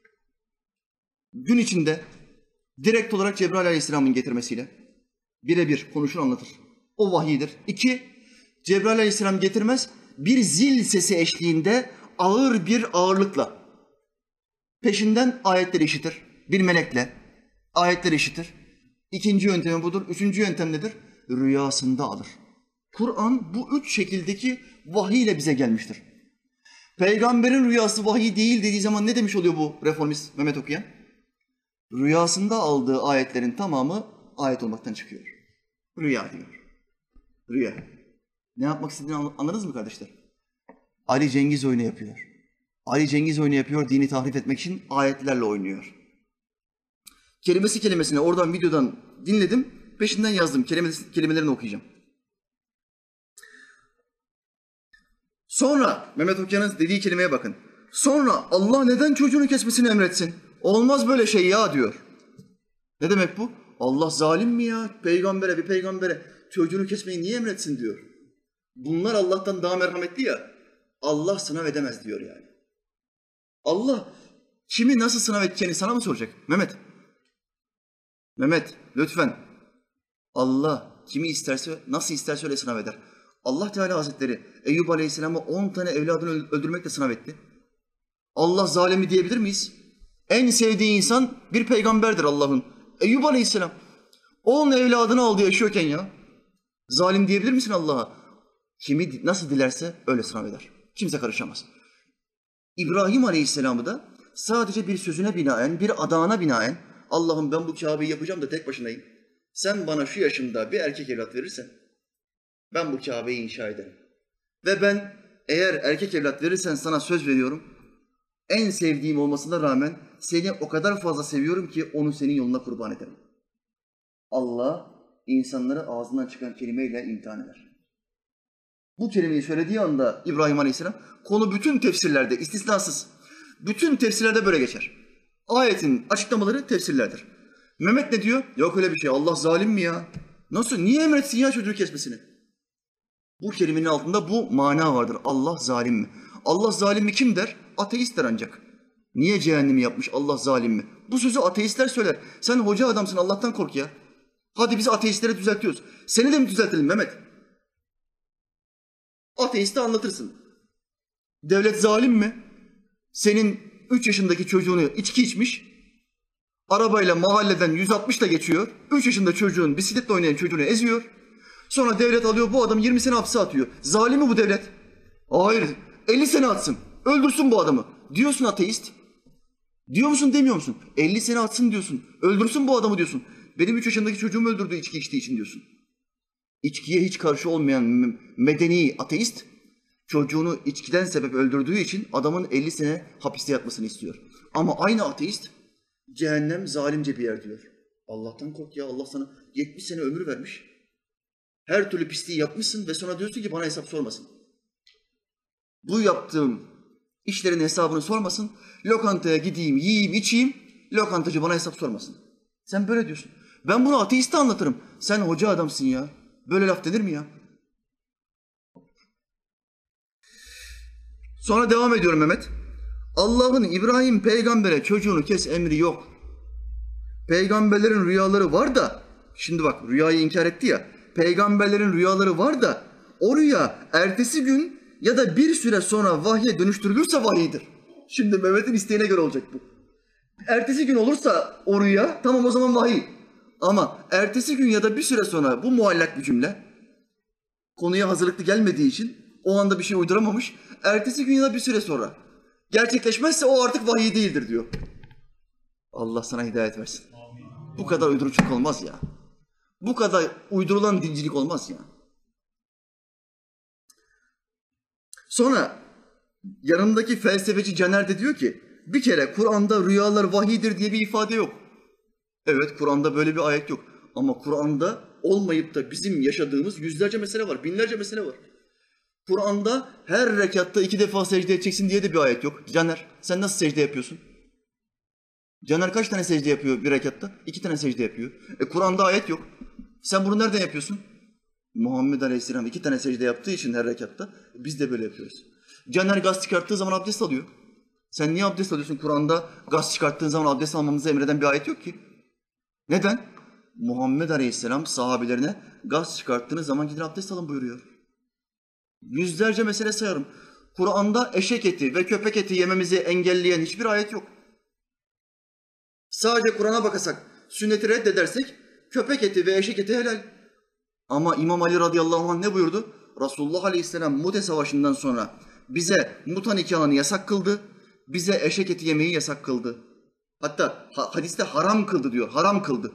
gün içinde direkt olarak Cebrail Aleyhisselam'ın getirmesiyle birebir konuşur anlatır. O vahiydir. İki, Cebrail Aleyhisselam getirmez, bir zil sesi eşliğinde ağır bir ağırlıkla peşinden ayetleri işitir. Bir melekle ayetleri işitir. İkinci yöntemi budur. Üçüncü yöntem nedir? Rüyasında alır. Kur'an bu üç şekildeki vahiy ile bize gelmiştir. Peygamberin rüyası vahiy değil dediği zaman ne demiş oluyor bu reformist Mehmet Okuyan? Rüyasında aldığı ayetlerin tamamı ayet olmaktan çıkıyor. Rüya diyor. Rüya. Ne yapmak istediğini anladınız mı kardeşler? Ali Cengiz oyunu yapıyor. Ali Cengiz oyunu yapıyor, dini tahrif etmek için ayetlerle oynuyor. Kelimesi kelimesine oradan videodan dinledim, peşinden yazdım, kelimesi, kelimelerini okuyacağım. Sonra, Mehmet Okuyan'ın dediği kelimeye bakın. Sonra Allah neden çocuğunu kesmesini emretsin? Olmaz böyle şey ya diyor. Ne demek bu? Allah zalim mi ya? Peygambere, bir peygambere çocuğunu kesmeyi niye emretsin diyor. Bunlar Allah'tan daha merhametli ya. Allah sınav edemez diyor yani. Allah kimi nasıl sınav edeceğini sana mı soracak? Mehmet. Mehmet lütfen. Allah kimi isterse, nasıl isterse öyle sınav eder. Allah Teala Hazretleri Eyyub Aleyhisselam'a on tane evladını öldürmekle sınav etti. Allah zalimi diyebilir miyiz? En sevdiği insan bir peygamberdir Allah'ın. Eyyub Aleyhisselam. On evladını aldı yaşıyorken ya. Zalim diyebilir misin Allah'a? Kimi nasıl dilerse öyle sınav eder. Kimse karışamaz. İbrahim Aleyhisselam'ı da sadece bir sözüne binaen, bir adağına binaen Allah'ım ben bu Kabe'yi yapacağım da tek başınayım. Sen bana şu yaşımda bir erkek evlat verirsen ben bu Kabe'yi inşa ederim. Ve ben Eğer erkek evlat verirsen sana söz veriyorum, en sevdiğim olmasına rağmen seni o kadar fazla seviyorum ki onu senin yoluna kurban ederim. Allah insanları ağzından çıkan kelimeyle imtihan eder. Bu kelimeyi söylediği anda İbrahim Aleyhisselam, konu bütün tefsirlerde istisnasız, bütün tefsirlerde böyle geçer. Ayetin açıklamaları tefsirlerdir. Mehmet ne diyor? Yok öyle bir şey. Allah zalim mi ya? Nasıl? Niye emretsin ya çocuğu kesmesini? Bu kelimenin altında bu mana vardır. Allah zalim mi? Allah zalim mi kim der? Ateistler ancak. Niye cehennemi yapmış Allah zalim mi? Bu sözü ateistler söyler. Sen hoca adamsın, Allah'tan kork ya. Hadi biz ateistleri düzeltiyoruz. Seni de mi düzeltelim Mehmet? Ateisti anlatırsın. Devlet zalim mi? Senin üç yaşındaki çocuğunu içki içmiş, arabayla mahalleden yüz altmışla geçiyor, üç yaşında çocuğun, bisikletle oynayan çocuğunu eziyor. Sonra devlet alıyor bu adamı yirmi sene hapse atıyor. Zalim mi bu devlet? Hayır, elli sene atsın, öldürsün bu adamı. Diyorsun ateist. Diyor musun demiyor musun? elli sene atsın diyorsun, öldürsün bu adamı diyorsun. Benim üç yaşındaki çocuğumu öldürdü içki içtiği için diyorsun. İçkiye hiç karşı olmayan medeni ateist, çocuğunu içkiden sebep öldürdüğü için adamın elli sene hapiste yatmasını istiyor. Ama aynı ateist, cehennem zalimce bir yer diyor. Allah'tan kork ya, Allah sana yetmiş sene ömür vermiş. Her türlü pisliği yapmışsın ve sonra diyorsun ki bana hesap sormasın. Bu yaptığım işlerin hesabını sormasın. Lokantaya gideyim, yiyeyim, içeyim, lokantacı bana hesap sormasın. Sen böyle diyorsun. Ben bunu ateiste anlatırım. Sen hoca adamsın ya. Böyle laf denir mi ya? Sonra devam ediyorum Mehmet. Allah'ın İbrahim peygambere çocuğunu kes emri yok. Peygamberlerin rüyaları var da, şimdi bak rüyayı inkar etti ya, peygamberlerin rüyaları var da o rüya ertesi gün ya da bir süre sonra vahye dönüştürülürse vahiydir. Şimdi Mehmet'in isteğine göre olacak bu. Ertesi gün olursa o rüya, tamam o zaman vahiy. Ama ertesi gün ya da bir süre sonra, bu muallak bir cümle, konuya hazırlıklı gelmediği için o anda bir şey uyduramamış, ertesi gün ya da bir süre sonra gerçekleşmezse o artık vahiy değildir diyor. Allah sana hidayet versin. Bu kadar uyduruculuk olmaz ya. Bu kadar uydurulan dincilik olmaz ya. Sonra yanındaki felsefeci Caner de diyor ki, bir kere Kur'an'da rüyalar vahiydir diye bir ifade yok. Evet, Kur'an'da böyle bir ayet yok. Ama Kur'an'da olmayıp da bizim yaşadığımız yüzlerce mesele var, binlerce mesele var. Kur'an'da her rekatta iki defa secde edeceksin diye de bir ayet yok. Caner, sen nasıl secde yapıyorsun? Caner kaç tane secde yapıyor bir rekatta? İki tane secde yapıyor. E Kur'an'da ayet yok. Sen bunu nereden yapıyorsun? Muhammed Aleyhisselam iki tane secde yaptığı için her rekatta biz de böyle yapıyoruz. Caner gaz çıkarttığı zaman abdest alıyor. Sen niye abdest alıyorsun? Kur'an'da gaz çıkarttığın zaman abdest almamızı emreden bir ayet yok ki. Neden? Muhammed Aleyhisselam sahabelerine gaz çıkarttığınız zaman gidin abdest alın buyuruyor. Yüzlerce mesele sayarım. Kur'an'da eşek eti ve köpek eti yememizi engelleyen hiçbir ayet yok. Sadece Kur'an'a bakasak, sünneti reddedersek köpek eti ve eşek eti helal. Ama İmam Ali radıyallahu anh ne buyurdu? Resulullah aleyhisselam Mute Savaşı'ndan sonra bize muta nikahını yasak kıldı, bize eşek eti yemeyi yasak kıldı. Hatta hadiste haram kıldı diyor, haram kıldı.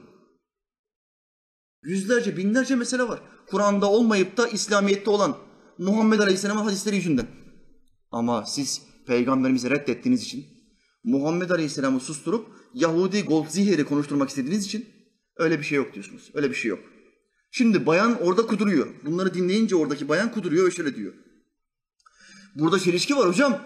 Yüzlerce, binlerce mesele var. Kur'an'da olmayıp da İslamiyet'te olan Muhammed Aleyhisselam'ın hadisleri yüzünden. Ama siz peygamberimizi reddettiğiniz için, Muhammed Aleyhisselam'ı susturup Yahudi Goldzihir'i konuşturmak istediğiniz için öyle bir şey yok diyorsunuz. Öyle bir şey yok. Şimdi bayan orada kuduruyor. Bunları dinleyince oradaki bayan kuduruyor ve şöyle diyor. Burada çelişki var hocam.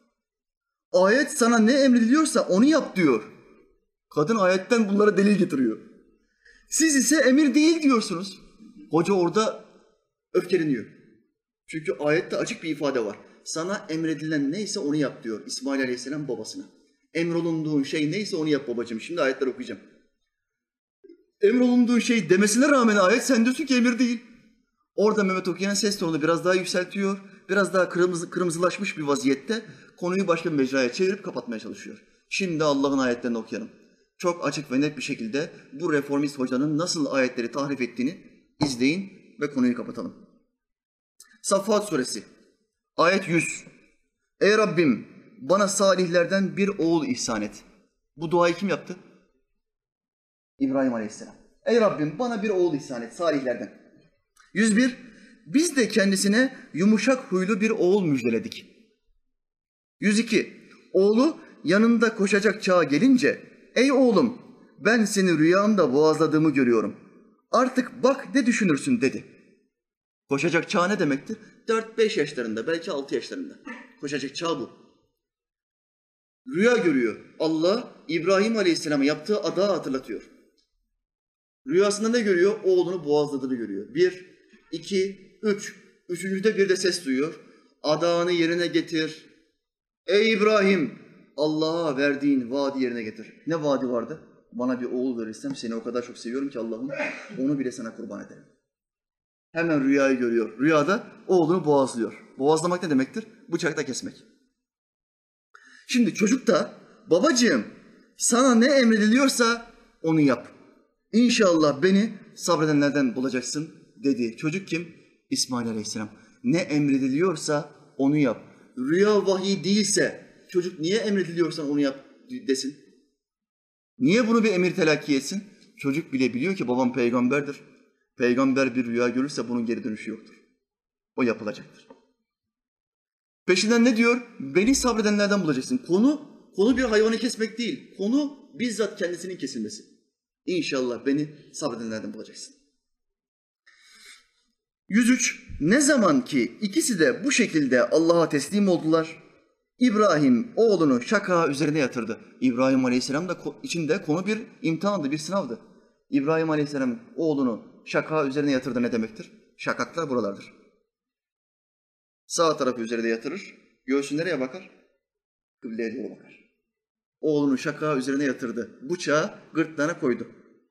Ayet sana ne emrediliyorsa onu yap diyor. Kadın ayetten bunlara delil getiriyor. Siz ise emir değil diyorsunuz. Hoca orada öfkeleniyor. Çünkü ayette açık bir ifade var. Sana emredilen neyse onu yap diyor İsmail Aleyhisselam babasına. Emrolunduğun şey neyse onu yap babacığım. Şimdi ayetler okuyacağım. Emrolunduğun şey demesine rağmen ayet sen diyorsun ki emir değil. Orada Mehmet okuyan ses tonunu biraz daha yükseltiyor. Biraz daha kırmızı, kırmızılaşmış bir vaziyette konuyu başka bir mecraya çevirip kapatmaya çalışıyor. Şimdi Allah'ın ayetlerini okuyalım. Çok açık ve net bir şekilde bu reformist hocanın nasıl ayetleri tahrif ettiğini izleyin ve konuyu kapatalım. Saffat Suresi, ayet yüz. Ey Rabbim, bana salihlerden bir oğul ihsan et. Bu duayı kim yaptı? İbrahim Aleyhisselam. Ey Rabbim, bana bir oğul ihsan et salihlerden. yüz bir. Biz de kendisine yumuşak huylu bir oğul müjdeledik. yüz iki. Oğlu yanında koşacak çağa gelince, ey oğlum ben seni rüyamda boğazladığımı görüyorum. Artık bak ne düşünürsün dedi. Koşacak çağ ne demektir? dört beş yaşlarında, belki altı yaşlarında. Koşacak çağ bu. Rüya görüyor. Allah İbrahim Aleyhisselam'a yaptığı adağı hatırlatıyor. Rüyasında ne görüyor? Oğlunu boğazladığını görüyor. Bir, iki, üç. Üçüncüde bir de ses duyuyor. Adağını yerine getir. Ey İbrahim! Allah'a verdiğin vaadi yerine getir. Ne vaadi vardı? Bana bir oğul verirsem seni o kadar çok seviyorum ki Allah'ım onu bile sana kurban ederim. Hemen rüyayı görüyor. Rüyada oğlunu boğazlıyor. Boğazlamak ne demektir? Bıçakla kesmek. Şimdi çocuk da babacığım sana ne emrediliyorsa onu yap. İnşallah beni sabredenlerden bulacaksın dedi. Çocuk kim? İsmail Aleyhisselam. Ne emrediliyorsa onu yap. Rüya vahiy değilse çocuk niye emrediliyorsan onu yap desin? Niye bunu bir emir telakki etsin? Çocuk bile biliyor ki babam peygamberdir. Peygamber bir rüya görürse bunun geri dönüşü yoktur. O yapılacaktır. Peşinden ne diyor? Beni sabredenlerden bulacaksın. Konu, konu bir hayvanı kesmek değil. Konu bizzat kendisinin kesilmesi. İnşallah beni sabredenlerden bulacaksın. yüz üç. Ne zaman ki ikisi de bu şekilde Allah'a teslim oldular, İbrahim oğlunu şaka üzerine yatırdı. İbrahim Aleyhisselam da içinde konu bir imtihandı, bir sınavdı. İbrahim Aleyhisselam oğlunu şaka üzerine yatırdı ne demektir? Şakaklar buralardır. Sağ tarafı üzerine yatırır, göğsü nereye bakar? Kıbleye doğru bakar. Oğlunu şaka üzerine yatırdı, bıçağı gırtlağına koydu.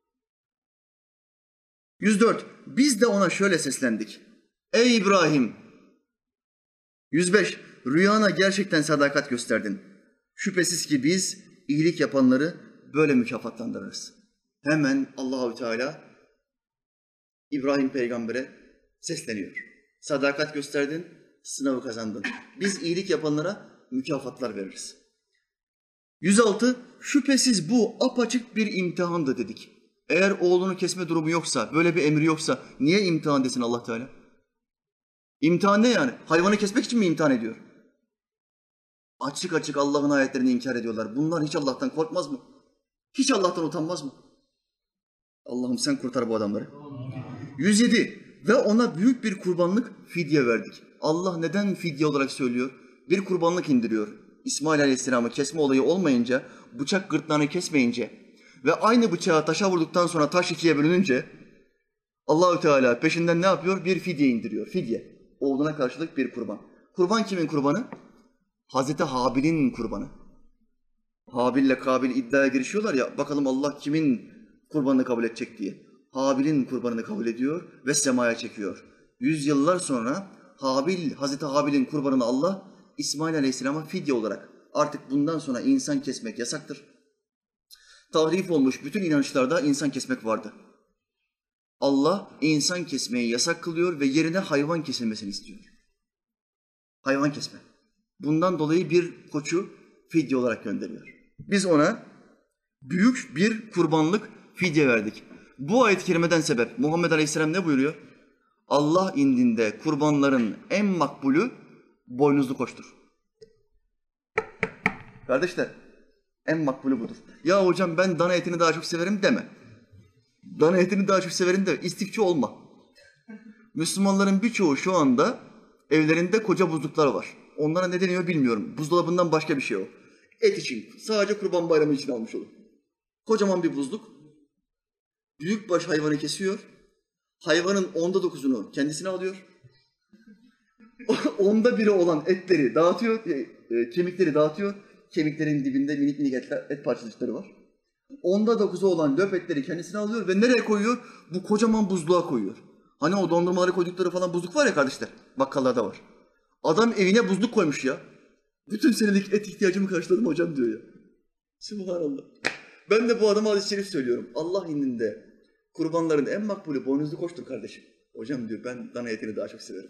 yüz dört. Biz de ona şöyle seslendik. Ey İbrahim! yüz beş. Rüyana gerçekten sadakat gösterdin. Şüphesiz ki biz iyilik yapanları böyle mükafatlandırırız. Hemen Allahu Teala İbrahim peygambere sesleniyor. Sadakat gösterdin, sınavı kazandın. Biz iyilik yapanlara mükafatlar veririz. yüz altı. Şüphesiz bu apaçık bir imtihandı dedik. Eğer oğlunu kesme durumu yoksa, böyle bir emri yoksa niye imtihan desin Allah Teala? İmtihan ne yani? Hayvanı kesmek için mi imtihan ediyor? Açık açık Allah'ın ayetlerini inkar ediyorlar. Bunlar hiç Allah'tan korkmaz mı? Hiç Allah'tan utanmaz mı? Allah'ım sen kurtar bu adamları. yüz yedi. Ve ona büyük bir kurbanlık fidye verdik. Allah neden fidye olarak söylüyor? Bir kurbanlık indiriyor. İsmail Aleyhisselam'ı kesme olayı olmayınca, bıçak gırtlağını kesmeyince ve aynı bıçağı taşa vurduktan sonra taş ikiye bölününce Allahü Teala peşinden ne yapıyor? Bir fidye indiriyor. Fidye. Oğluna karşılık bir kurban. Kurban kimin kurbanı? Hazreti Habil'in kurbanı. Habil'le Kabil iddiaya girişiyorlar ya, bakalım Allah kimin kurbanını kabul edecek diye. Habil'in kurbanını kabul ediyor ve semaya çekiyor. Yüzyıllar sonra Habil, Hazreti Habil'in kurbanını Allah İsmail Aleyhisselam'a fidye olarak, artık bundan sonra insan kesmek yasaktır. Tahrif olmuş bütün inançlarda insan kesmek vardı. Allah insan kesmeyi yasak kılıyor ve yerine hayvan kesilmesini istiyor. Hayvan kesme. Bundan dolayı bir koçu fidye olarak gönderiyor. Biz ona büyük bir kurbanlık fidye verdik. Bu ayet-i kerimeden sebep Muhammed Aleyhisselam ne buyuruyor? Allah indinde kurbanların en makbulü boynuzlu koçtur. Kardeşler, en makbulü budur. Ya hocam ben dana etini daha çok severim deme. Dana etini daha çok severim de istifçi olma. Müslümanların birçoğu şu anda evlerinde koca buzluklar var. Onlara ne deniyor bilmiyorum. Buzdolabından başka bir şey o. Et için, sadece Kurban Bayramı için almış olur. Kocaman bir buzluk. Büyükbaş hayvanı kesiyor. Hayvanın onda dokuzunu kendisine alıyor. Onda biri olan etleri dağıtıyor, e, e, kemikleri dağıtıyor. Kemiklerin dibinde minik minik etler, et parçacıkları var. Onda dokuzu olan löp etleri kendisine alıyor ve nereye koyuyor? Bu kocaman buzluğa koyuyor. Hani o dondurmaları koydukları falan buzluk var ya kardeşler, bakkallarda var. Adam evine buzluk koymuş ya. Bütün senelik et ihtiyacımı karşıladım hocam diyor ya. Subhanallah. Ben de bu adama hadis-i şerif söylüyorum. Allah indinde kurbanların en makbulü boynuzlu koçtur kardeşim. Hocam diyor ben dana etini daha çok severim.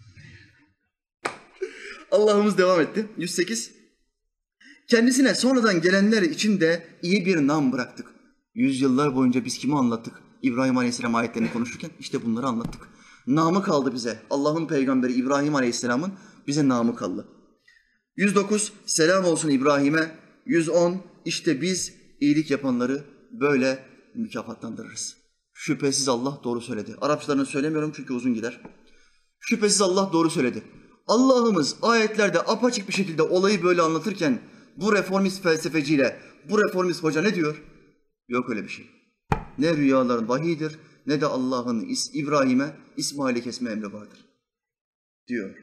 Allah'ımız devam etti. yüz sekiz. Kendisine sonradan gelenler için de iyi bir nam bıraktık. Yüzyıllar boyunca biz kimi anlattık? İbrahim Aleyhisselam ayetlerini konuşurken işte bunları anlattık. Namı kaldı bize. Allah'ın peygamberi İbrahim Aleyhisselam'ın bize namı kaldı. yüz dokuz selam olsun İbrahim'e. yüz on işte biz iyilik yapanları böyle mükafatlandırırız. Şüphesiz Allah doğru söyledi. Arapçalarını söylemiyorum çünkü uzun gider. Şüphesiz Allah doğru söyledi. Allah'ımız ayetlerde apaçık bir şekilde olayı böyle anlatırken bu reformist felsefeciyle bu reformist hoca ne diyor? Yok öyle bir şey. Ne rüyaların vahidir ne de Allah'ın İbrahim'e İsmail'i kesme emri vardır diyor.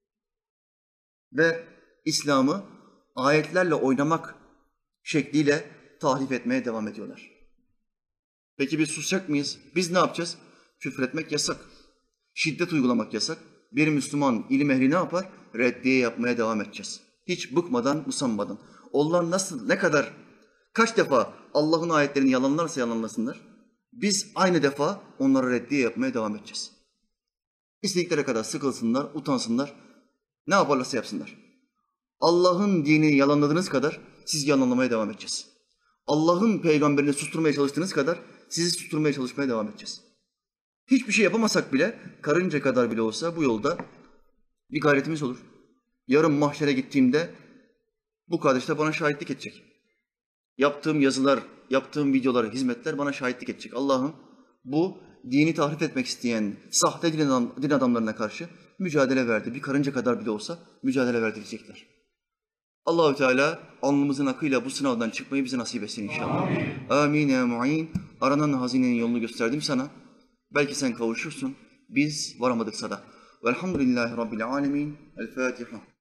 Ve İslam'ı ayetlerle oynamak şekliyle tahrif etmeye devam ediyorlar. Peki biz susacak mıyız? Biz ne yapacağız? Küfretmek yasak. Şiddet uygulamak yasak. Bir Müslüman ilim ehli ne yapar? Reddiye yapmaya devam edeceğiz. Hiç bıkmadan, usanmadan. Onlar nasıl, ne kadar, kaç defa Allah'ın ayetlerini yalanlarsa yalanlasınlar, biz aynı defa onlara reddiye yapmaya devam edeceğiz. İstedikleri kadar sıkılsınlar, utansınlar, ne yaparlarsa yapsınlar. Allah'ın dinini yalanladığınız kadar siz yalanlamaya devam edeceğiz. Allah'ın peygamberini susturmaya çalıştığınız kadar sizi susturmaya çalışmaya devam edeceğiz. Hiçbir şey yapamasak bile, karınca kadar bile olsa bu yolda bir gayretimiz olur. Yarın mahşere gittiğimde bu kardeşler bana şahitlik edecek. Yaptığım yazılar, yaptığım videolar, hizmetler bana şahitlik edecek. Allah'ım bu dini tahrip etmek isteyen sahte din, adam, din adamlarına karşı mücadele verdi. Bir karınca kadar bile olsa mücadele verdi diyecekler. Allah-u Teala alnımızın akıyla bu sınavdan çıkmayı bize nasip etsin inşallah. Amin. Amin ya mu'in. Aranan hazinenin yolunu gösterdim sana. Belki sen kavuşursun. Biz varamadıksa da. Velhamdülillahi Rabbil alemin. El Fatiha.